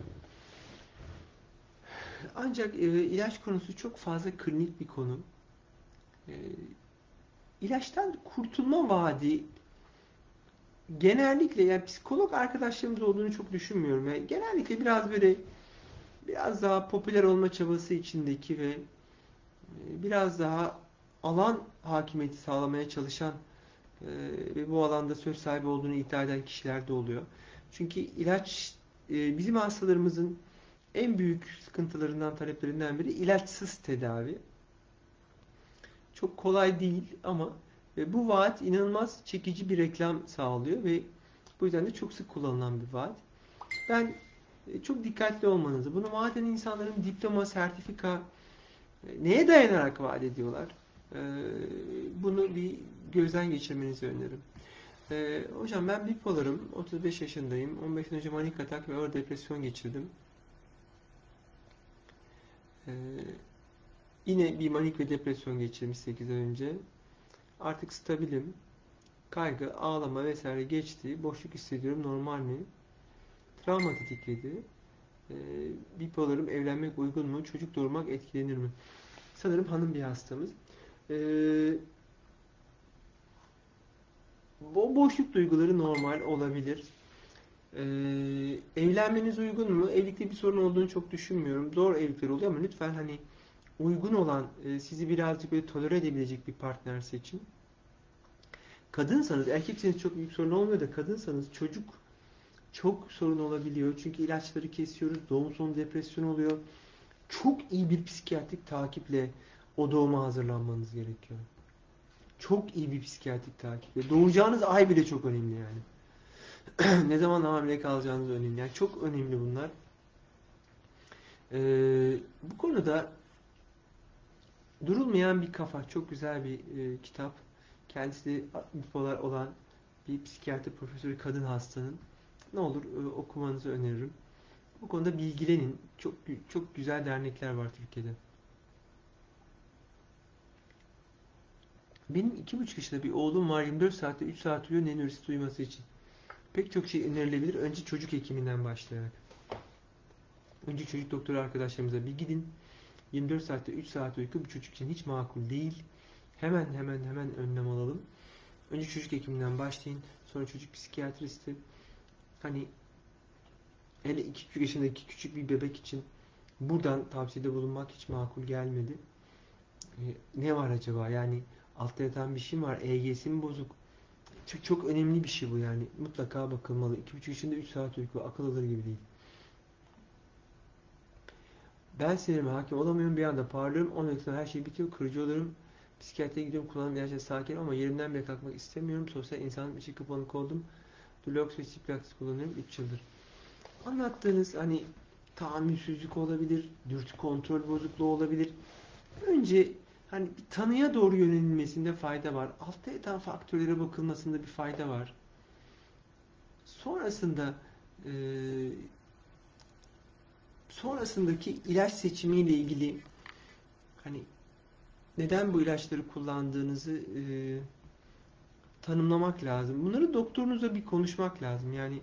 Ancak e, ilaç konusu çok fazla klinik bir konu. E, ilaçtan kurtulma vaadi genellikle, yani psikolog arkadaşlarımız olduğunu çok düşünmüyorum. Yani genellikle biraz böyle biraz daha popüler olma çabası içindeki ve e, biraz daha alan hakimiyeti sağlamaya çalışan e, ve bu alanda söz sahibi olduğunu iddia eden kişiler de oluyor. Çünkü ilaç e, bizim hastalarımızın en büyük sıkıntılarından, taleplerinden biri ilaçsız tedavi. Çok kolay değil ama e, bu vaat inanılmaz çekici bir reklam sağlıyor ve bu yüzden de çok sık kullanılan bir vaat. Ben e, çok dikkatli olmanızı, bunu vaat eden insanların diploma, sertifika e, neye dayanarak vaat ediyorlar? E, bunu bir gözden geçirmenizi öneririm. E, hocam ben bipolarım, otuz beş yaşındayım, on beş sene önce manik atak ve ağır depresyon geçirdim. E, yine bir manik ve depresyon geçirmiş sekiz ay önce. Artık stabilim. Kaygı, ağlama vesaire geçti. Boşluk hissediyorum. Normal mi? Travma tetikledi. Ee, bipolarım, evlenmek uygun mu? Çocuk doğurmak etkilenir mi? Sanırım hanım bir hastamız. Ee, bu boşluk duyguları normal olabilir. Ee, evlenmeniz uygun mu? Evlilikte bir sorun olduğunu çok düşünmüyorum. Zor evlilikler oluyor ama lütfen hani uygun olan, e, sizi birazcık böyle tolere edebilecek bir partner seçin. Kadınsanız, erkekseniz çok büyük sorun olmuyor da kadınsanız çocuk çok sorun olabiliyor. Çünkü ilaçları kesiyoruz. Doğum sonu depresyon oluyor. Çok iyi bir psikiyatrik takiple o doğuma hazırlanmanız gerekiyor. Çok iyi bir psikiyatrik takiple. Doğacağınız ay bile çok önemli yani. Ne zaman hamile kalacağınız önemli. Yani çok önemli bunlar. Ee, bu konuda Durulmayan Bir Kafa çok güzel bir e, kitap. Kendisi de bipolar olan bir psikiyatri profesörü, kadın hastanın. Ne olur e, okumanızı öneririm. Bu konuda bilgilenin. Çok çok güzel dernekler var Türkiye'de. Benim iki buçuk yaşında bir oğlum var. yirmi dört saatte üç saat uyuyor nenörisi duyması için. Pek çok şey önerilebilir. Önce çocuk hekiminden başlayarak. Önce çocuk doktoru arkadaşlarımıza bir gidin. yirmi dört saatte üç saat uyku bu çocuk için hiç makul değil. Hemen hemen hemen önlem alalım. Önce çocuk hekiminden başlayın. Sonra çocuk psikiyatristi. Hani hele iki buçuk yaşındaki küçük bir bebek için buradan tavsiyede bulunmak hiç makul gelmedi. Ee, ne var acaba? Yani altta yatan bir şey mi var? E G S'si mi bozuk? Çok, çok önemli bir şey bu yani. Mutlaka bakılmalı. iki buçuk yaşında üç saat uyku akıl alır gibi değil. Ben sinirime hakim olamıyorum. Bir anda parlıyorum. on dakika sonra her şey bitiyor. Kırıcı olurum. Psikiyatriye gidiyorum. Kullanım ilaçla sakin ama yerimden bile kalkmak istemiyorum. Sosyal insan için kapanık oldum. Dulox ve Ciplax kullanıyorum. üç yıldır. Anlattığınız hani tahammülsüzlük olabilir. Dürtü kontrol bozukluğu olabilir. Önce hani bir tanıya doğru yönelilmesinde fayda var. Altta yatan faktörlere bakılmasında bir fayda var. Sonrasında e, sonrasındaki ilaç seçimiyle ilgili hani neden bu ilaçları kullandığınızı e, tanımlamak lazım. Bunları doktorunuzla bir konuşmak lazım. Yani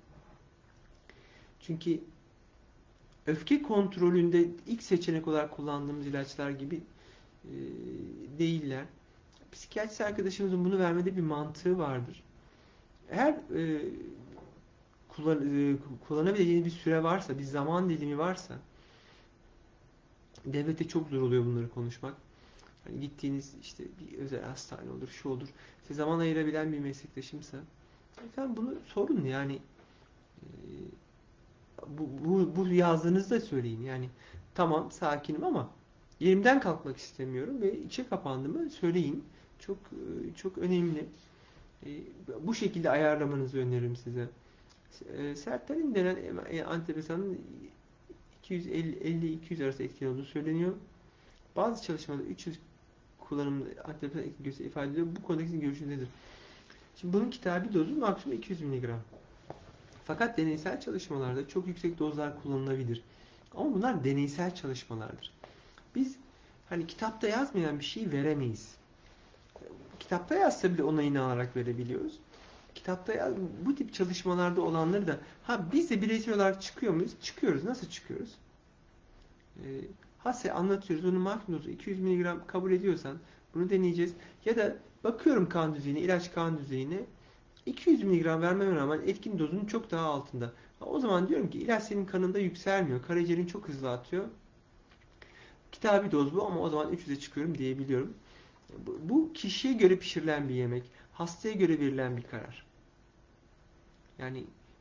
çünkü öfke kontrolünde ilk seçenek olarak kullandığımız ilaçlar gibi e, değiller. Psikiyatrist arkadaşımızın bunu vermede bir mantığı vardır. Eğer e, kullan, e, kullanabileceğiniz bir süre varsa, bir zaman dilimi varsa, devlette çok zor oluyor bunları konuşmak. Hani gittiğiniz işte bir özel hastane olur, şu olur. Size zaman ayırabilen bir meslektaşımsa, efendim bunu sorun yani. E, bu, bu, bu yazdığınızda söyleyin. Yani tamam sakinim ama yerimden kalkmak istemiyorum ve içe kapandığımı söyleyin. Çok çok önemli. E, bu şekilde ayarlamanızı öneririm size. E, sertraline denen antidepresanın iki yüz elli iki yüz arası etkili olduğu söyleniyor. Bazı çalışmalarda üç yüz kullanımlı antidepresan etkisi ifade ediyor. Bu konudaki görüşünüz nedir? Şimdi bunun kitabi dozu maksimum iki yüz miligram. Fakat deneysel çalışmalarda çok yüksek dozlar kullanılabilir. Ama bunlar deneysel çalışmalardır. Biz hani kitapta yazmayan bir şey veremeyiz. Kitapta yazsa bile onayını alarak verebiliyoruz. Kitapta yaz, bu tip çalışmalarda olanları da ha biz de bireysel olarak çıkıyor muyuz? Çıkıyoruz. Nasıl çıkıyoruz? E, Hase anlatıyoruz. Onun maksimum dozu iki yüz miligram kabul ediyorsan bunu deneyeceğiz. Ya da bakıyorum kan düzeyine, ilaç kan düzeyine iki yüz miligram vermeme rağmen etkin dozunun çok daha altında. O zaman diyorum ki ilaç senin kanında yükselmiyor. Karaciğerin çok hızlı atıyor. Kitabi doz bu ama o zaman üç yüze çıkıyorum diyebiliyorum. Bu kişiye göre pişirilen bir yemek. Hastaya göre verilen bir karar. Yani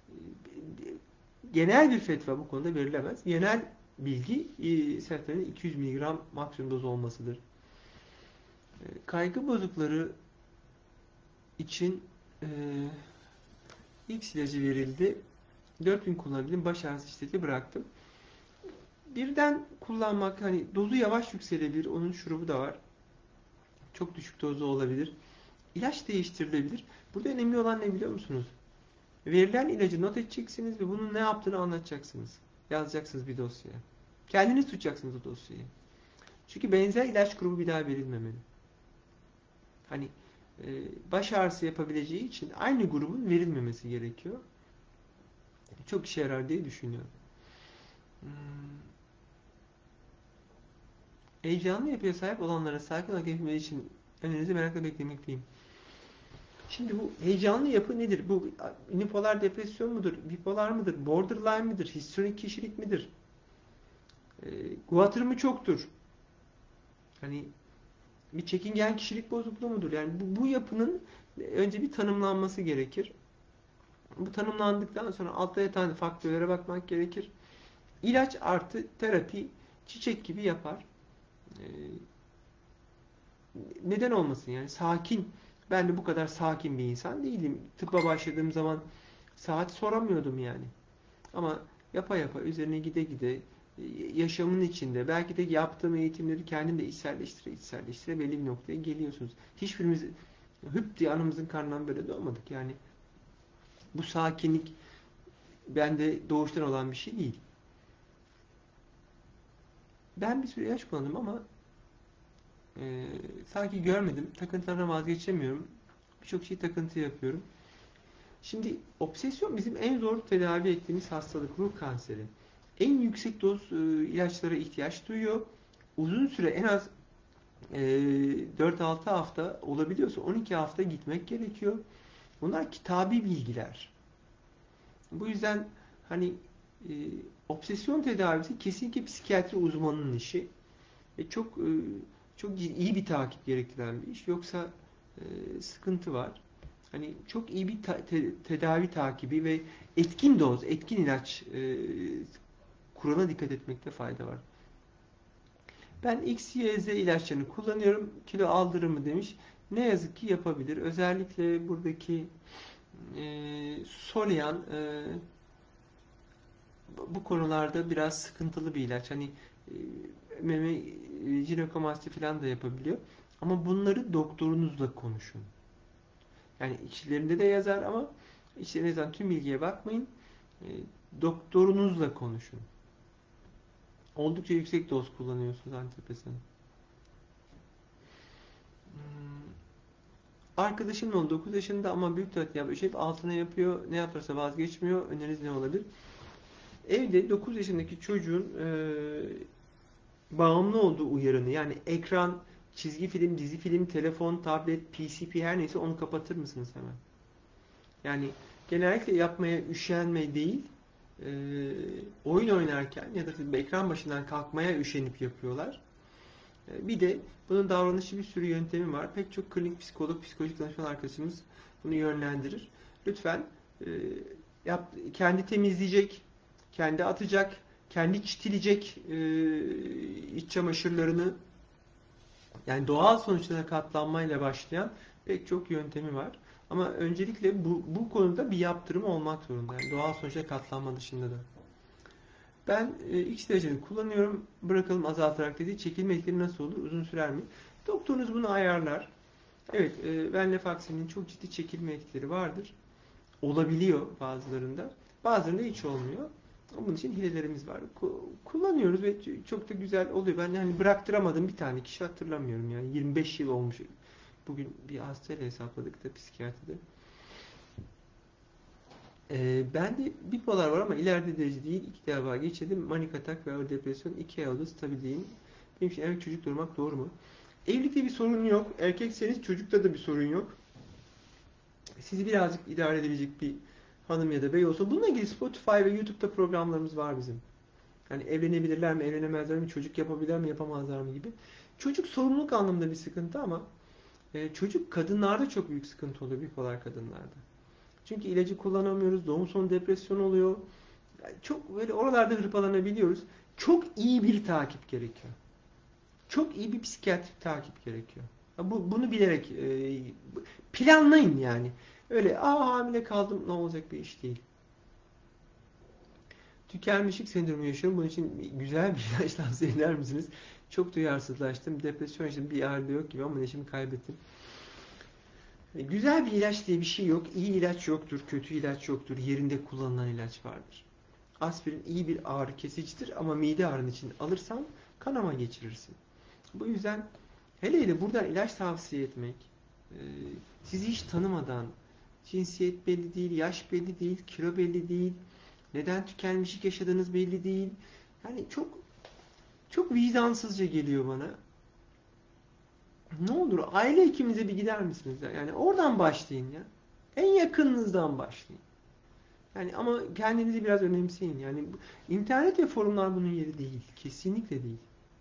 genel bir fetva bu konuda verilemez. Genel bilgi sertraline iki yüz miligram maksimum doz olmasıdır. Kaygı bozukları için e, X ilacı verildi. dört gün kullanabildim. Baş ağrısı şiddeti bıraktım. Birden kullanmak hani dozu yavaş yükselebilir. Onun şurubu da var. Çok düşük dozda olabilir. İlaç değiştirilebilir. Burada önemli olan ne biliyor musunuz? Verilen ilacı not edeceksiniz ve bunun ne yaptığını anlatacaksınız. Yazacaksınız bir dosyaya. Kendiniz tutacaksınız o dosyayı. Çünkü benzer ilaç grubu bir daha verilmemeli. Hani e, baş ağrısı yapabileceği için aynı grubun verilmemesi gerekiyor. Çok işe yarar diye düşünüyorum. Hmm. Heyecanlı yapıya sahip olanlara sakin olarak yapılması için önerinizi merakla beklemekteyim. Şimdi bu heyecanlı yapı nedir? Bu unipolar depresyon mudur? Bipolar mıdır? Borderline midir? Histrionik kişilik midir? E, Guatr mı çoktur? Hani bir çekingen kişilik bozukluğu mudur? Yani bu, bu yapının önce bir tanımlanması gerekir. Bu tanımlandıktan sonra altta yatan faktörlere bakmak gerekir. İlaç artı terapi çiçek gibi yapar. Ee, neden olmasın yani sakin. Ben de bu kadar sakin bir insan değilim. Tıbba başladığım zaman saat soramıyordum yani. Ama yapa yapa üzerine gide gide yaşamın içinde belki de yaptığım eğitimleri kendim de içselleştire içselleştire belli bir noktaya geliyorsunuz. Hiçbirimiz hüp diye anamızın karnından böyle doğmadık. Yani bu sakinlik bende doğuştan olan bir şey değil. Ben bir sürü ilaç kullandım ama e, sanki görmedim. Takıntılardan vazgeçemiyorum. Birçok şey takıntı yapıyorum. Şimdi obsesyon bizim en zor tedavi ettiğimiz hastalık, ruh kanseri. En yüksek doz e, ilaçlara ihtiyaç duyuyor. Uzun süre en az e, dört altı hafta olabiliyorsa on iki hafta gitmek gerekiyor. Bunlar kitabi bilgiler. Bu yüzden hani e, obsesyon tedavisi kesinlikle psikiyatri uzmanının işi ve çok e, çok iyi bir takip gerektiren bir iş. Yoksa e, sıkıntı var. Hani çok iyi bir ta te tedavi takibi ve etkin doz, etkin ilaç e, kuralına dikkat etmekte fayda var. Ben X, Y, Z ilaçlarını kullanıyorum. Kilo aldırımı demiş. Ne yazık ki yapabilir. Özellikle buradaki e, Solian e, bu konularda biraz sıkıntılı bir ilaç. Hani e, meme e, jinekomasti falan da yapabiliyor. Ama bunları doktorunuzla konuşun. Yani içlerinde de yazar ama içlerinde yazan tüm bilgiye bakmayın. E, doktorunuzla konuşun. Oldukça yüksek doz kullanıyorsunuz antidepresan. Arkadaşımın oldu dokuz yaşında ama büyük tuvalet yapıyor. Hep altına yapıyor. Ne yaparsa vazgeçmiyor. Öneriniz ne olabilir? Evde dokuz yaşındaki çocuğun e, bağımlı olduğu uyarını, yani ekran, çizgi film, dizi film, telefon, tablet, P C P her neyse onu kapatır mısınız hemen? Yani genellikle yapmaya üşenme değil, e, oyun oynarken ya da ekran başından kalkmaya üşenip yapıyorlar. E, bir de bunun davranışı bir sürü yöntemi var. Pek çok klinik psikolog, psikolojik danışman arkadaşımız bunu yönlendirir. Lütfen e, yap, kendi temizleyecek, kendi atacak, kendi çitileyecek e, iç çamaşırlarını, yani doğal sonuçlara katlanmayla başlayan pek çok yöntemi var. Ama öncelikle bu, bu konuda bir yaptırım olmak zorunda. Yani doğal sonuçlara katlanma dışında da. Ben e, X dereceni kullanıyorum. Bırakalım azaltarak dedi. Çekilme etkili nasıl olur? Uzun sürer mi? Doktorunuz bunu ayarlar. Evet, e, venlafaxinin çok ciddi çekilme etkileri vardır. Olabiliyor bazılarında. Bazılarında hiç olmuyor. Bunun için hilelerimiz var. Kullanıyoruz ve çok da güzel oluyor. Ben yani bıraktıramadım bir tane kişi hatırlamıyorum. Yani yirmi beş yıl olmuş. Bugün bir hastayla hesapladık da psikiyatride. Ee, bende bipolar var ama ileride derece değil. İki defa geçirdim. Manik atak ve ağır depresyon. iki ay oldu. Stabil değilim. Benim için erkek çocuk doğurmak doğru mu? Evlilikte bir sorun yok. Erkekseniz çocukta da bir sorun yok. Sizi birazcık idare edebilecek bir hanım ya da bey olsa. Bununla ilgili Spotify ve YouTube'da programlarımız var bizim. Yani evlenebilirler mi, evlenemezler mi, çocuk yapabilirler mi, yapamazlar mı gibi. Çocuk sorumluluk anlamında bir sıkıntı ama e, çocuk kadınlarda çok büyük sıkıntı oluyor, bipolar kadınlarda. Çünkü ilacı kullanamıyoruz, doğum sonu depresyon oluyor. Yani çok böyle oralarda hırpalanabiliyoruz. Çok iyi bir takip gerekiyor. Çok iyi bir psikiyatrik takip gerekiyor. Bu, bunu bilerek e, planlayın yani. Öyle aa hamile kaldım ne olacak bir iş değil. Tükenmişlik sendromu yaşıyorum. Bunun için güzel bir ilaç tavsiye eder misiniz? Çok duyarsızlaştım. Depresyon yaşadım. Bir halde yok gibi ama neşemi kaybettim. Güzel bir ilaç diye bir şey yok. İyi ilaç yoktur. Kötü ilaç yoktur. Yerinde kullanılan ilaç vardır. Aspirin iyi bir ağrı kesicidir ama mide ağrın için alırsan kanama geçirirsin. Bu yüzden hele hele buradan ilaç tavsiye etmek, sizi hiç tanımadan, cinsiyet belli değil, yaş belli değil, kilo belli değil, neden tükenmişlik yaşadığınız belli değil. Yani çok çok vicdansızca geliyor bana. Ne olur aile hekiminize bir gider misiniz? Yani oradan başlayın ya. En yakınınızdan başlayın. Yani ama kendinizi biraz önemseyin. Yani internet ve forumlar bunun yeri değil. Kesinlikle değil.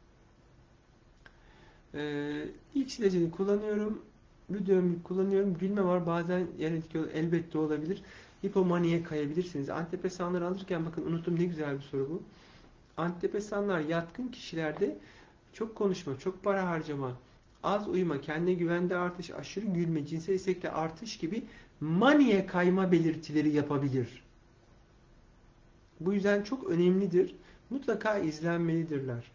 Ee, ilk ilacını kullanıyorum. Lüdömül kullanıyorum. Gülme var. Bazen yan etki elbette olabilir. Hipomaniye kayabilirsiniz. Antidepresanları alırken bakın unuttum ne güzel bir soru bu. Antidepresanlar yatkın kişilerde çok konuşma, çok para harcama, az uyuma, kendine güvende artış, aşırı gülme, cinsel istekte artış gibi maniye kayma belirtileri yapabilir. Bu yüzden çok önemlidir. Mutlaka izlenmelidirler.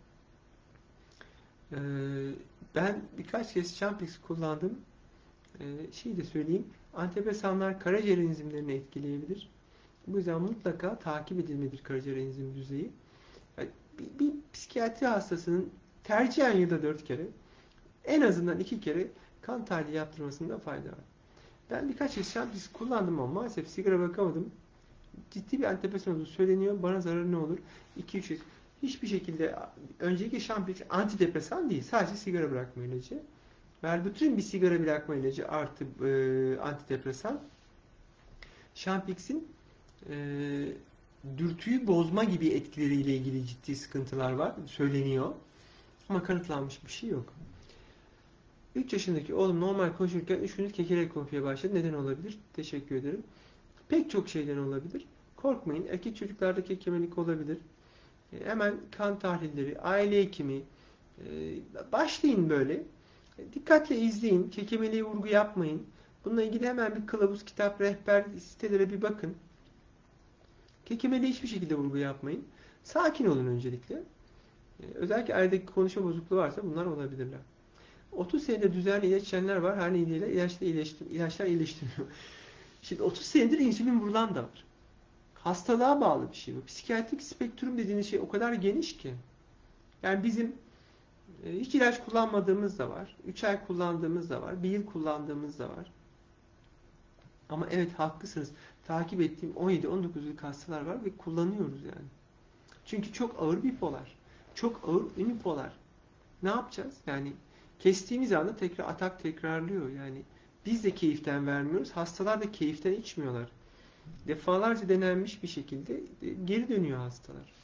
Ee, ben birkaç kez Champix kullandım. Ee, şey de söyleyeyim. Antidepresanlar karaciğer enzimlerini etkileyebilir. Bu yüzden mutlaka takip edilmelidir karaciğer enzim düzeyi. Yani bir, bir psikiyatri hastasının tercihen yılda dört kere, en azından iki kere kan tahlili yaptırmasında fayda var. Ben birkaç kez Champix kullandım ama maalesef sigara bırakamadım. Ciddi bir antidepresan olduğu söyleniyor. Bana zararı ne olur? iki üç yıl. Hiçbir şekilde önceki Champix antidepresan değil. Sadece sigara bırakma ilacı. Wellbutrin bir sigara bırakma ilacı artı e, antidepresan. Champix'in e, dürtüyü bozma gibi etkileriyle ilgili ciddi sıkıntılar var. Söyleniyor. Ama kanıtlanmış bir şey yok. üç yaşındaki oğlum normal konuşurken üç günlük kekerek konuşmaya başladı. Neden olabilir? Teşekkür ederim. Pek çok şeyden olabilir. Korkmayın. Erkek çocuklarda kekemelik olabilir. E, hemen kan tahlilleri, aile hekimi, e, başlayın böyle. E, dikkatle izleyin. Kekemeliğe vurgu yapmayın. Bununla ilgili hemen bir kılavuz, kitap, rehber sitelere bir bakın. Kekemeliğe hiçbir şekilde vurgu yapmayın. Sakin olun öncelikle. E, özellikle ailedeki konuşma bozukluğu varsa bunlar olabilirler. otuz senedir düzenli ilaç içenler var. Her nedeniyle ilaçla iyileştir ilaçlar iyileştirmiyor. Şimdi otuz senedir insülin vurulan da var. Hastalığa bağlı bir şey bu. Psikiyatrik spektrum dediğiniz şey o kadar geniş ki. Yani bizim E, hiç ilaç kullanmadığımız da var. üç ay kullandığımız da var. bir yıl kullandığımız da var. Ama evet haklısınız. Takip ettiğim on yedi on dokuz yıllık hastalar var ve kullanıyoruz yani. Çünkü çok ağır bipolar. Çok ağır unipolar. Ne yapacağız? Yani kestiğimiz anda tekrar atak tekrarlıyor. Yani biz de keyiften vermiyoruz. Hastalar da keyiften içmiyorlar. Defalarca denenmiş bir şekilde geri dönüyor hastalar.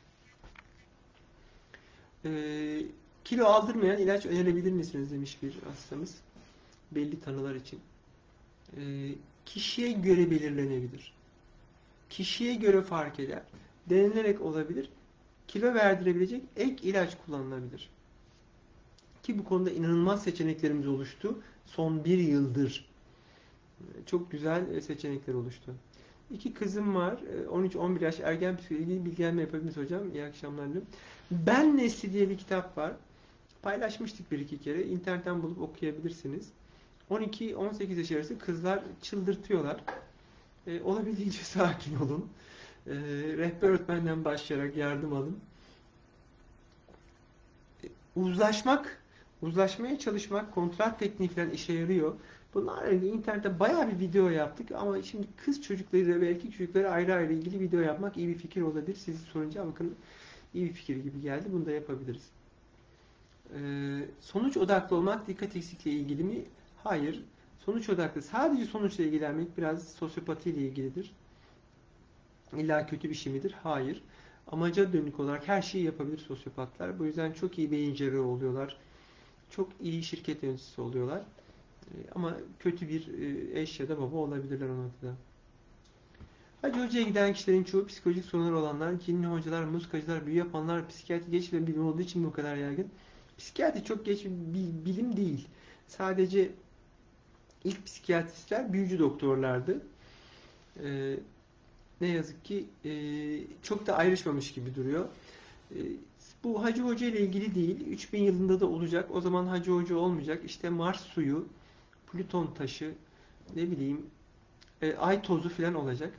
Ee, kilo aldırmayan ilaç önerebilir misiniz demiş bir hastamız. Belli tanılar için. Ee, kişiye göre belirlenebilir. Kişiye göre fark eder. Denenerek olabilir. Kilo verdirebilecek ek ilaç kullanılabilir. Ki bu konuda inanılmaz seçeneklerimiz oluştu. Son bir yıldır. Çok güzel seçenekler oluştu. İki kızım var. on üç on bir yaş ergen psikoloji bilgilenme yapabiliriz hocam. İyi akşamlar dilerim. Ben Nesli diye bir kitap var. Paylaşmıştık bir iki kere. İnternetten bulup okuyabilirsiniz. on iki on sekiz yaş arası kızlar çıldırtıyorlar. E, olabildiğince sakin olun. E, rehber öğretmenden başlayarak yardım alın. E, uzlaşmak, uzlaşmaya çalışmak, kontrat tekniği falan işe yarıyor. Bunlarla ilgili internette bayağı bir video yaptık ama şimdi kız çocukları ve erkek çocukları ayrı ayrı ilgili video yapmak iyi bir fikir olabilir. Sizi sorunca bakın iyi bir fikir gibi geldi. Bunu da yapabiliriz. Ee, sonuç odaklı olmak dikkat eksikliği ilgili mi? Hayır. Sonuç odaklı. Sadece sonuçla ilgilenmek biraz sosyopati ile ilgilidir. İlla kötü bir şey midir? Hayır. Amaca dönük olarak her şeyi yapabilir sosyopatlar. Bu yüzden çok iyi beyin cerrahı oluyorlar. Çok iyi şirket yöneticisi oluyorlar. Ama kötü bir eş ya da baba olabilirler o noktada. Hacı hocaya giden kişilerin çoğu psikolojik sorunları olanlar, cinli hocalar, muskacılar, büyü yapanlar, psikiyatri geç bir bilim olduğu için bu kadar yaygın. Psikiyatri çok geç bir bilim değil. Sadece ilk psikiyatristler büyücü doktorlardı. Ee, ne yazık ki e, çok da ayrışmamış gibi duruyor. E, bu Hacı Hoca ile ilgili değil. üç bin yılında da olacak. O zaman Hacı Hoca olmayacak. İşte Mars suyu, Plüton taşı, ne bileyim, e, ay tozu falan olacak.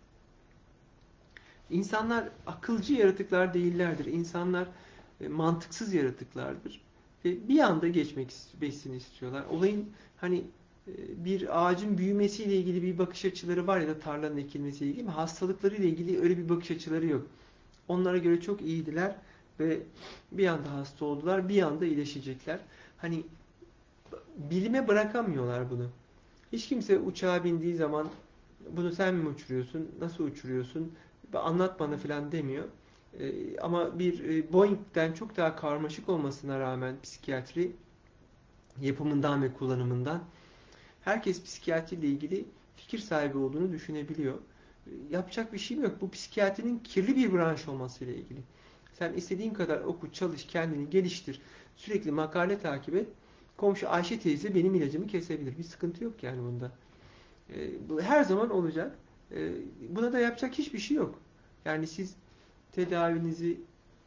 İnsanlar akılcı yaratıklar değillerdir. İnsanlar e, mantıksız yaratıklardır. Ve bir anda geçmek geçsin istiyorlar. Olayın hani e, bir ağacın büyümesiyle ilgili bir bakış açıları var ya da tarlanın ekilmesiyle ilgili ama hastalıklarıyla ilgili öyle bir bakış açıları yok. Onlara göre çok iyiydiler ve bir anda hasta oldular, bir anda iyileşecekler. Hani bilime bırakamıyorlar bunu. Hiç kimse uçağa bindiği zaman bunu sen mi uçuruyorsun, nasıl uçuruyorsun, anlat bana falan demiyor. Ee, ama bir e, Boeing'den çok daha karmaşık olmasına rağmen psikiyatri yapımından ve kullanımından herkes psikiyatri ile ilgili fikir sahibi olduğunu düşünebiliyor. Ee, yapacak bir şey yok. Bu psikiyatrinin kirli bir branş olmasıyla ilgili. Sen istediğin kadar oku, çalış, kendini geliştir, sürekli makale takip et. Komşu Ayşe teyze benim ilacımı kesebilir. Bir sıkıntı yok yani bunda. E, bu her zaman olacak. E, buna da yapacak hiçbir şey yok. Yani siz tedavinizi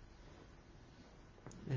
e,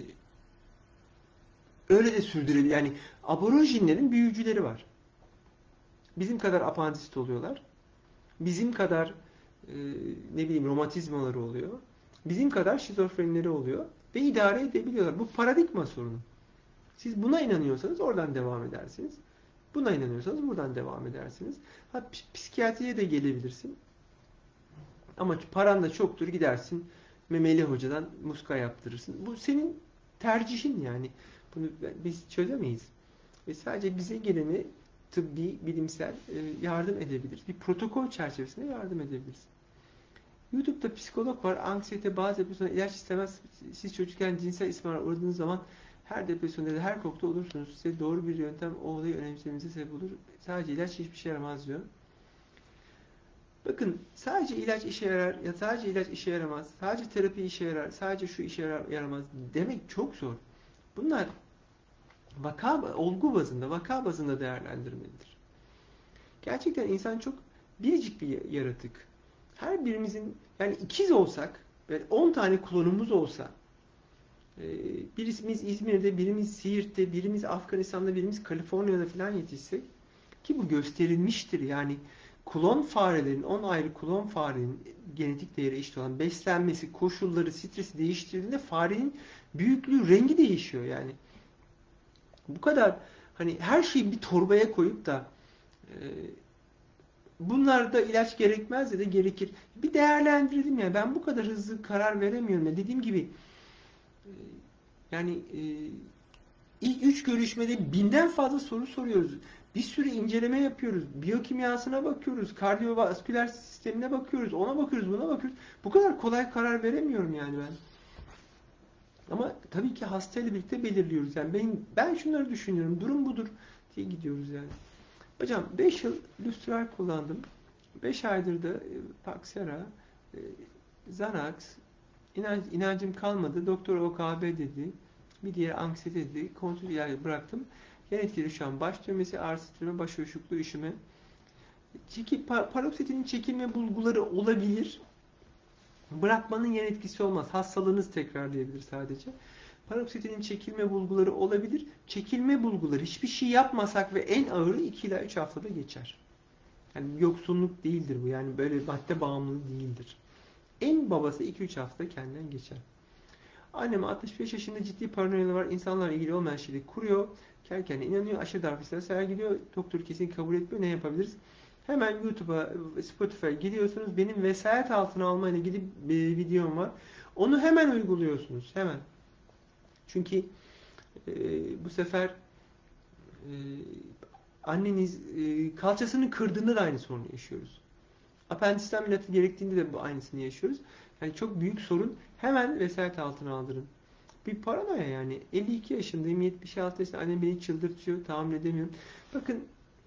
öyle de sürdürebilir. Yani aborojinlerin büyücüleri var. Bizim kadar apandisit oluyorlar. Bizim kadar e, ne bileyim romatizmaları oluyor. Bizim kadar şizofrenileri oluyor. Ve idare edebiliyorlar. Bu paradigma sorunu. Siz buna inanıyorsanız oradan devam edersiniz. Buna inanıyorsanız buradan devam edersiniz. Ha, psikiyatriye de gelebilirsin. Ama paran da çoktur gidersin memeli hocadan muska yaptırırsın. Bu senin tercihin yani. Bunu biz çözemeyiz. Ve sadece bize geleni tıbbi, bilimsel yardım edebiliriz. Bir protokol çerçevesinde yardım edebiliriz. YouTube'da psikolog var. Anksiyete bazı depresyon ilaç istemez. Siz çocukken cinsel istismara uğradığınız zaman her depresyonda da her kokta olursunuz. Size doğru bir yöntem o olayı önemsemenize sebep olur. Sadece ilaç hiçbir şey yaramaz diyor. Bakın sadece ilaç işe yarar ya sadece ilaç işe yaramaz. Sadece terapi işe yarar. Sadece şu işe yarar, yaramaz demek çok zor. Bunlar vaka, olgu bazında, vaka bazında değerlendirmelidir. Gerçekten insan çok biricik bir yaratık. Her birimizin yani ikiz olsak ve on tane klonumuz olsa birimiz İzmir'de, birimiz Siirt'te, birimiz Afganistan'da, birimiz Kaliforniya'da falan yetişsek ki bu gösterilmiştir yani klon farelerin, on ayrı klon farenin genetik değeri eşit olan beslenmesi, koşulları, stresi değiştirdiğinde farenin büyüklüğü, rengi değişiyor yani. Bu kadar hani her şeyi bir torbaya koyup da e, bunlarda ilaç gerekmez de de gerekir. Bir değerlendirelim ya. Ben bu kadar hızlı karar veremiyorum ya. Dediğim gibi e, yani e, ilk üç görüşmede binden fazla soru soruyoruz. Bir sürü inceleme yapıyoruz. Biyokimyasına bakıyoruz. Kardiyovasküler sistemine bakıyoruz. Ona bakıyoruz, buna bakıyoruz. Bu kadar kolay karar veremiyorum yani ben. Ama tabii ki hastayla birlikte belirliyoruz. Yani ben, ben şunları düşünüyorum. Durum budur diye gidiyoruz yani. Hocam beş yıl Lustral kullandım. beş aydır da e, Paxera, e, Xanax, İnan, inancım kalmadı. Doktor O K B dedi. Bir diğer anksiyete dedi. Kontrol ilacı bıraktım. Yan etkileri şu an baş dönmesi, ağrı titreme, baş uyuşukluğu, üşüme. Çeki, par paroksitinin çekilme bulguları olabilir. Bırakmanın yan etkisi olmaz. Hastalığınız tekrarlayabilir sadece. Paroksitinin çekilme bulguları olabilir. Çekilme bulguları hiçbir şey yapmasak ve en ağırı iki ila üç haftada geçer. Yani yoksunluk değildir bu. Yani böyle madde bağımlılığı değildir. En babası iki üç hafta kendinden geçer. Anneme altmış beş yaşında ciddi paranoyaları var. İnsanlarla ilgili olmayan şeyleri kuruyor. Kendi kendine inanıyor. Aşırı darbeler sergiliyor. Doktor kesin kabul etmiyor. Ne yapabiliriz? Hemen YouTube'a, Spotify'a gidiyorsunuz. Benim vesayet altına almayla ilgili bir videom var. Onu hemen uyguluyorsunuz. Hemen. Çünkü e, bu sefer e, anneniz e, kalçasını kırdığında da aynı sorunu yaşıyoruz. Apendisten ameliyatı gerektiğinde de bu aynısını yaşıyoruz. Yani çok büyük sorun. Hemen vesayet altına aldırın. Bir paranoya yani. elli iki yaşındayım, yetmiş altı yaşında. Annem beni çıldırtıyor, tahammül edemiyorum. Bakın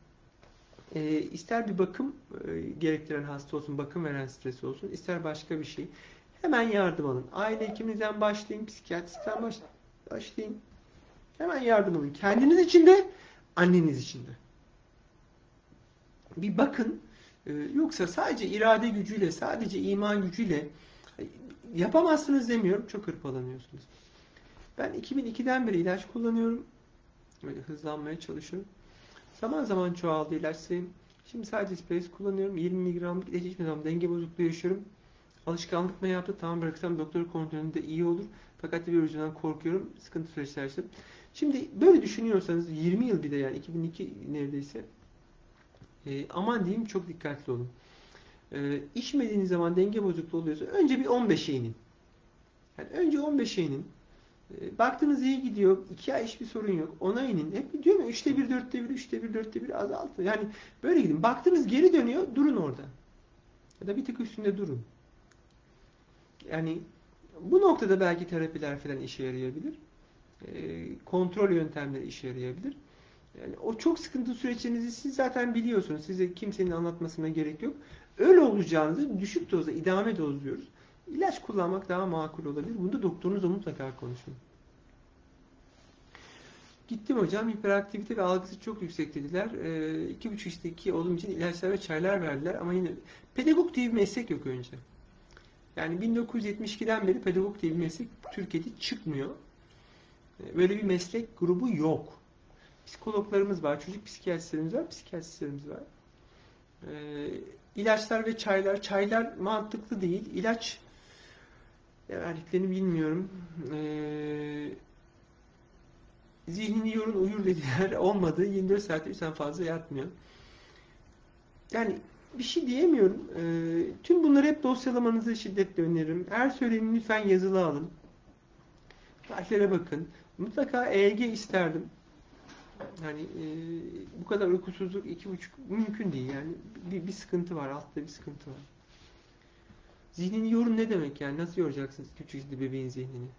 e, ister bir bakım e, gerektiren hasta olsun, bakım veren stres olsun, ister başka bir şey. Hemen yardım alın. Aile hekiminizden başlayın, psikiyatristten başlayın. Hemen yardım alın. Kendiniz için de, anneniz için de. Bir bakın. Ee, yoksa sadece irade gücüyle, sadece iman gücüyle yapamazsınız demiyorum. Çok hırpalanıyorsunuz. Ben iki bin ikiden beri ilaç kullanıyorum. Böyle hızlanmaya çalışıyorum. Zaman zaman çoğaldı ilaç sayım. Şimdi sadece Space kullanıyorum. yirmi miligramlık ilaç içmediğim denge bozukluğu yaşıyorum. Alışkanlık mı yaptı? Tamam, bıraksam doktor kontrolünde iyi olur. Fakat bir virüsünden korkuyorum. Sıkıntı süreçler yaşadım. Şimdi böyle düşünüyorsanız yirmi yıl bir de yani iki bin iki neredeyse e, aman diyeyim, çok dikkatli olun. E, içmediğiniz zaman denge bozukluğu oluyorsa önce bir on beşe inin. Yani önce on beşe inin. E, baktınız iyi gidiyor. iki ay hiçbir sorun yok. ona inin. Hep diyorum ya, üçte bir, dörtte bir, üçte bir, dörtte bir azaltın. Yani böyle gidin. Baktınız geri dönüyor. Durun orada. Ya da bir tık üstünde durun. Yani bu noktada belki terapiler falan işe yarayabilir. E, kontrol yöntemleri işe yarayabilir. Yani o çok sıkıntı süreçlerinizi siz zaten biliyorsunuz. Size kimsenin anlatmasına gerek yok. Öyle olacağınızı düşük dozda, idame doz diyoruz. İlaç kullanmak daha makul olabilir. Bunu da doktorunuzla mutlaka konuşun. Gittim hocam, hiperaktivite ve algısı çok yüksek dediler. E, iki buçuk yaşındaki oğlum için ilaçlar ve çaylar verdiler. Ama yine pedagog diye bir meslek yok önce. Yani bin dokuz yüz yetmiş ikiden beri pedagog diye bir meslek Türkiye'de çıkmıyor. Böyle bir meslek grubu yok. Psikologlarımız var, çocuk psikiyatristlerimiz var, psikiyatristlerimiz var. Ee, ilaçlar ve çaylar. Çaylar mantıklı değil. İlaç verdiklerini bilmiyorum. Ee, zihnini yorun, uyur dediler. Olmadı. yirmi dört saatte üçten fazla yatmıyor. Yani bir şey diyemiyorum. Ee, tüm bunları hep dosyalamanızı şiddetle öneririm. Her söyleneni lütfen yazılı alın. Tariflere bakın. Mutlaka E E G isterdim. Yani e, bu kadar uykusuzluk iki buçuk mümkün değil yani. Bir, bir sıkıntı var, altta bir sıkıntı var. Zihnini yorun ne demek yani? Nasıl yoracaksınız iki buçuk yaşında bebeğin zihnini?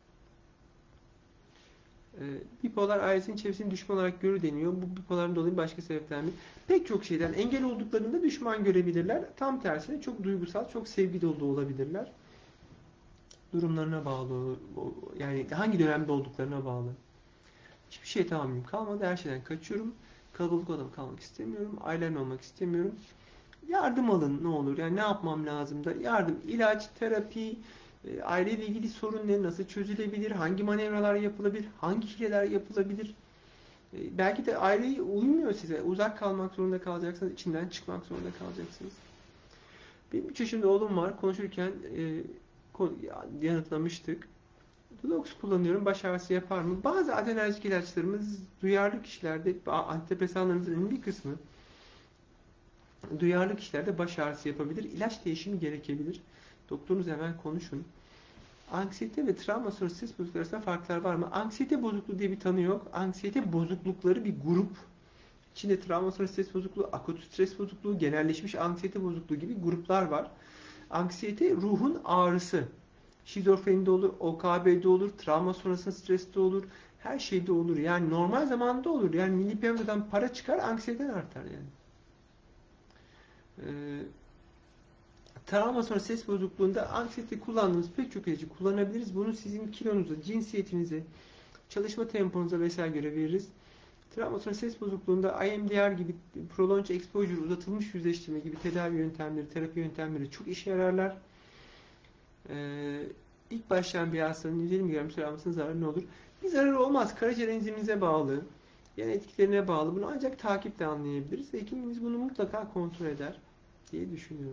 E, bipolar ailesinin çevresini düşman olarak görür deniyor. Bu bipoların dolayı başka sebepler mi? Pek çok şeyden engel olduklarında düşman görebilirler. Tam tersine çok duygusal, çok sevgi dolu olabilirler. Durumlarına bağlı, yani hangi dönemde olduklarına bağlı. Hiçbir şey tahammülüm kalmadı. Her şeyden kaçıyorum. Kalabalık odada kalmak istemiyorum. Ailemle olmak istemiyorum. Yardım alın ne olur. Yani ne yapmam lazım da? Yardım, ilaç, terapi, e, aileyle ilgili sorun ne? Nasıl çözülebilir? Hangi manevralar yapılabilir? Hangi hileler yapılabilir? E, belki de aileyi uymuyor size. Uzak kalmak zorunda kalacaksınız. İçinden çıkmak zorunda kalacaksınız. Benim üç yaşında oğlum var. Konuşurken e, yanıtlamıştık. Dulox kullanıyorum. Baş ağrısı yapar mı? Bazı adrenerjik ilaçlarımız duyarlı kişilerde, antidepresanlarımızın bir kısmı duyarlı kişilerde baş ağrısı yapabilir. İlaç değişimi gerekebilir. Doktorunuzla hemen konuşun. Anksiyete ve travma sonrası stres bozuklukları arasında farklar var mı? Anksiyete bozukluğu diye bir tanı yok. Anksiyete bozuklukları bir grup. İçinde travma sonrası stres bozukluğu, akut stres bozukluğu, genelleşmiş anksiyete bozukluğu gibi gruplar var. Anksiyete ruhun ağrısı. Şizofrenide olur, O K B'de olur, travma sonrasında streste olur, her şeyde olur. Yani normal zamanda olur. Yani milli piyangodan para çıkar, anksiyeten artar yani. Ee, travma sonrası stres bozukluğunda anksiyete kullandığımız pek çok ilacı kullanabiliriz. Bunu sizin kilonuza, cinsiyetinize, çalışma temponuza vesaire göre veririz. Travma sonrası stres bozukluğunda I M D R gibi prolonged exposure, uzatılmış yüzleştirme gibi tedavi yöntemleri, terapi yöntemleri çok işe yararlar. Ee, ilk başlayan bir hastanın yüz elli miligram sürülmesinin zararı ne olur? Bir zararı olmaz. Karaciğer enziminize bağlı, yan etkilerine bağlı. Bunu ancak takiple anlayabiliriz. Hekiminiz bunu mutlaka kontrol eder diye düşünüyorum.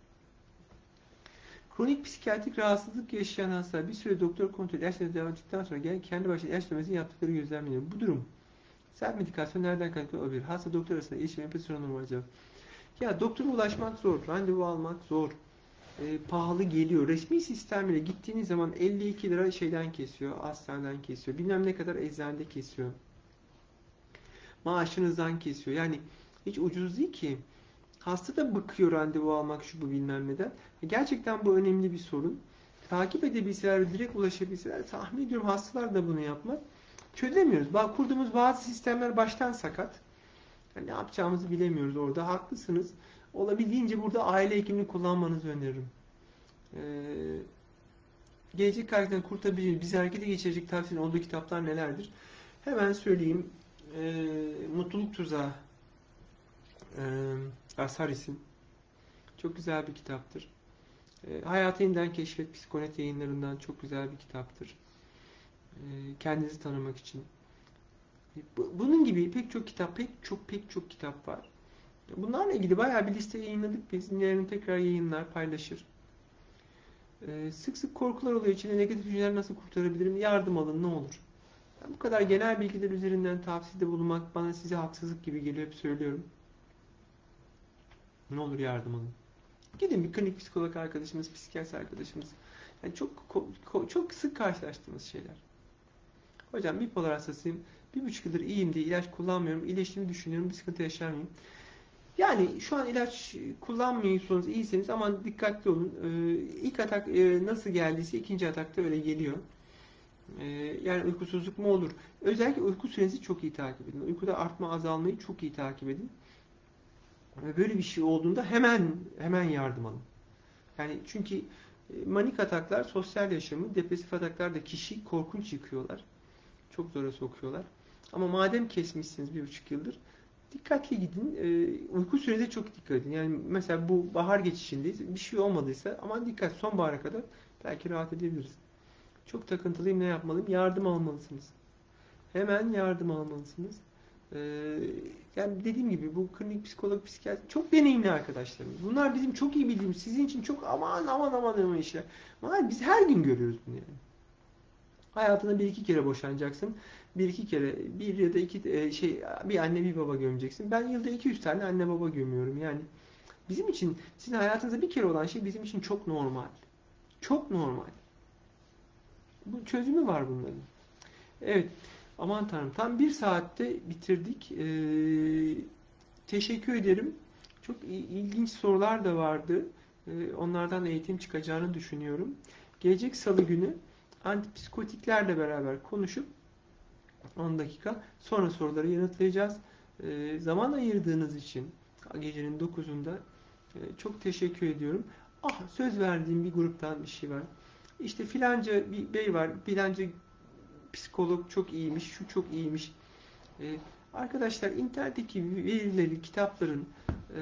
Kronik psikiyatrik rahatsızlık yaşayan hasta bir süre doktor kontrol ilaçlarına devam ettikten sonra gelen kendi başına ilaç tüketimini yaptıkları gözlemleniyor. Bu durum self medikasyon nereden kaynaklı olabilir? Hasta doktor arasında ilişki yapısı sorunu mu acaba? Ya doktora ulaşmak zor, randevu almak zor. E, pahalı geliyor. Resmi sistemle gittiğiniz zaman elli iki lira şeyden kesiyor, hastaneden kesiyor. Bilmem ne kadar eczanede kesiyor. Maaşınızdan kesiyor. Yani hiç ucuz değil ki. Hasta da bıkıyor randevu almak şu bu bilmem neden. E, gerçekten bu önemli bir sorun. Takip edebilseler, direkt ulaşabilseler, tahmin ediyorum hastalar da bunu yapmaz. Çözemiyoruz. Bak, kurduğumuz bazı sistemler baştan sakat. Yani ne yapacağımızı bilemiyoruz orada. Haklısınız. Olabildiğince burada aile hekimliği kullanmanızı öneririm. Ee, gelecek kaygıdan kurtarabileceğiniz, bizi harekete geçirecek tavsiyenin olduğu kitaplar nelerdir? Hemen söyleyeyim. Ee, Mutluluk Tuzağı. Ee, Asharis'in. Çok güzel bir kitaptır. Ee, Hayatı Yeniden Keşfet Psikonet yayınlarından çok güzel bir kitaptır. Ee, kendinizi tanımak için. Bunun gibi pek çok kitap, pek çok pek çok kitap var. Bunlarla ilgili bayağı bir liste yayınladık biz. Dinleyenlerim tekrar yayınlar, paylaşır. Ee, sık sık korkular oluyor. İçinde negatif düşünceler nasıl kurtarabilirim? Yardım alın, ne olur. Ben bu kadar genel bilgiler üzerinden tavsiyede bulunmak bana size haksızlık gibi geliyor. Hep söylüyorum. Ne olur yardım alın. Gidin bir klinik psikolog arkadaşımız, psikiyatr arkadaşımız. Yani çok çok sık karşılaştığımız şeyler. Hocam bipolar hastasıyım. Bir buçuk yıldır iyiyim diye ilaç kullanmıyorum. İyileştiğimi düşünüyorum. Bir sıkıntı yaşar mıyım? Yani şu an ilaç kullanmıyorsunuz, iyisiniz ama dikkatli olun. Ee, ilk atak e, nasıl geldiyse ikinci atakta öyle geliyor. Ee, yani uykusuzluk mu olur? Özellikle uyku sürenizi çok iyi takip edin. Uykuda artma azalmayı çok iyi takip edin. Ve böyle bir şey olduğunda hemen hemen yardım alın. Yani çünkü e, manik ataklar sosyal yaşamı, depresif ataklar da kişiyi korkunç yıkıyorlar. Çok zora sokuyorlar. Ama madem kesmişsiniz bir buçuk yıldır, dikkatli gidin. E, uyku sürenize çok dikkat edin. Yani mesela bu bahar geçişindeyiz. Bir şey olmadıysa aman dikkat, sonbahara kadar belki rahat edebiliriz. Çok takıntılıyım, ne yapmalıyım? Yardım almalısınız. Hemen yardım almalısınız. Ee, yani dediğim gibi bu klinik psikolog, psikiyatr çok deneyimli arkadaşlarımız. Bunlar bizim çok iyi bildiğimiz, sizin için çok aman aman aman aman işler. Ama biz her gün görüyoruz bunu yani. Hayatında bir iki kere boşanacaksın. Bir iki kere, bir ya da iki e, şey bir anne bir baba gömeceksin. Ben yılda iki yüz tane anne baba gömüyorum. Yani bizim için, sizin hayatınızda bir kere olan şey bizim için çok normal. Çok normal. Bu çözümü var bunların. Evet. Aman Tanrım. Tam bir saatte bitirdik. Ee, teşekkür ederim. Çok ilginç sorular da vardı. Ee, onlardan eğitim çıkacağını düşünüyorum. Gelecek salı günü antipsikotiklerle beraber konuşup on dakika sonra soruları yanıtlayacağız. Ee, zaman ayırdığınız için gecenin dokuzunda e, çok teşekkür ediyorum. Ah, söz verdiğim bir gruptan bir şey var. İşte filanca bir bey var. Filanca psikolog çok iyiymiş, şu çok iyiymiş. Ee, arkadaşlar internetteki verileri, kitapların, e,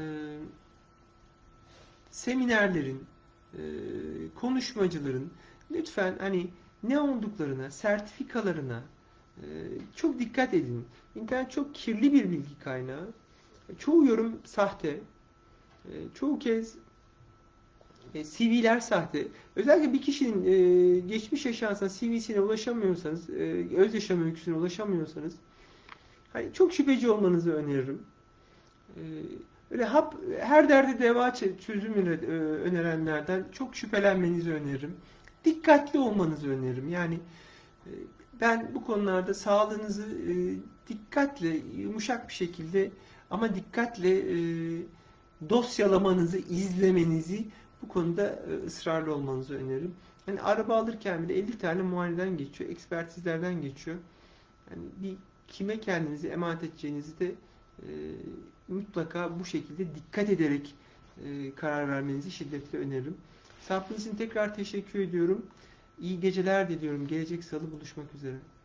seminerlerin, e, konuşmacıların lütfen hani ne olduklarına, sertifikalarına, E, çok dikkat edin. İnternet çok kirli bir bilgi kaynağı. Çoğu yorum sahte. E, çoğu kez E, C V'ler sahte. Özellikle bir kişinin e, geçmiş yaşantısına, C V'sine ulaşamıyorsanız, e, öz yaşam öyküsüne ulaşamıyorsanız, hani çok şüpheci olmanızı öneririm. E, öyle hap, her derde deva çözüm öne- e, önerenlerden çok şüphelenmenizi öneririm. Dikkatli olmanızı öneririm. Yani e, ben bu konularda sağlığınızı e, dikkatle, yumuşak bir şekilde ama dikkatle e, dosyalamanızı, izlemenizi bu konuda e, ısrarlı olmanızı öneririm. Yani araba alırken bile elli tane muayeneden geçiyor, ekspertizlerden geçiyor. Yani bir kime kendinizi emanet edeceğinizi de e, mutlaka bu şekilde dikkat ederek e, karar vermenizi şiddetle öneririm. Sabrınız için tekrar teşekkür ediyorum. İyi geceler diliyorum. Gelecek salı buluşmak üzere.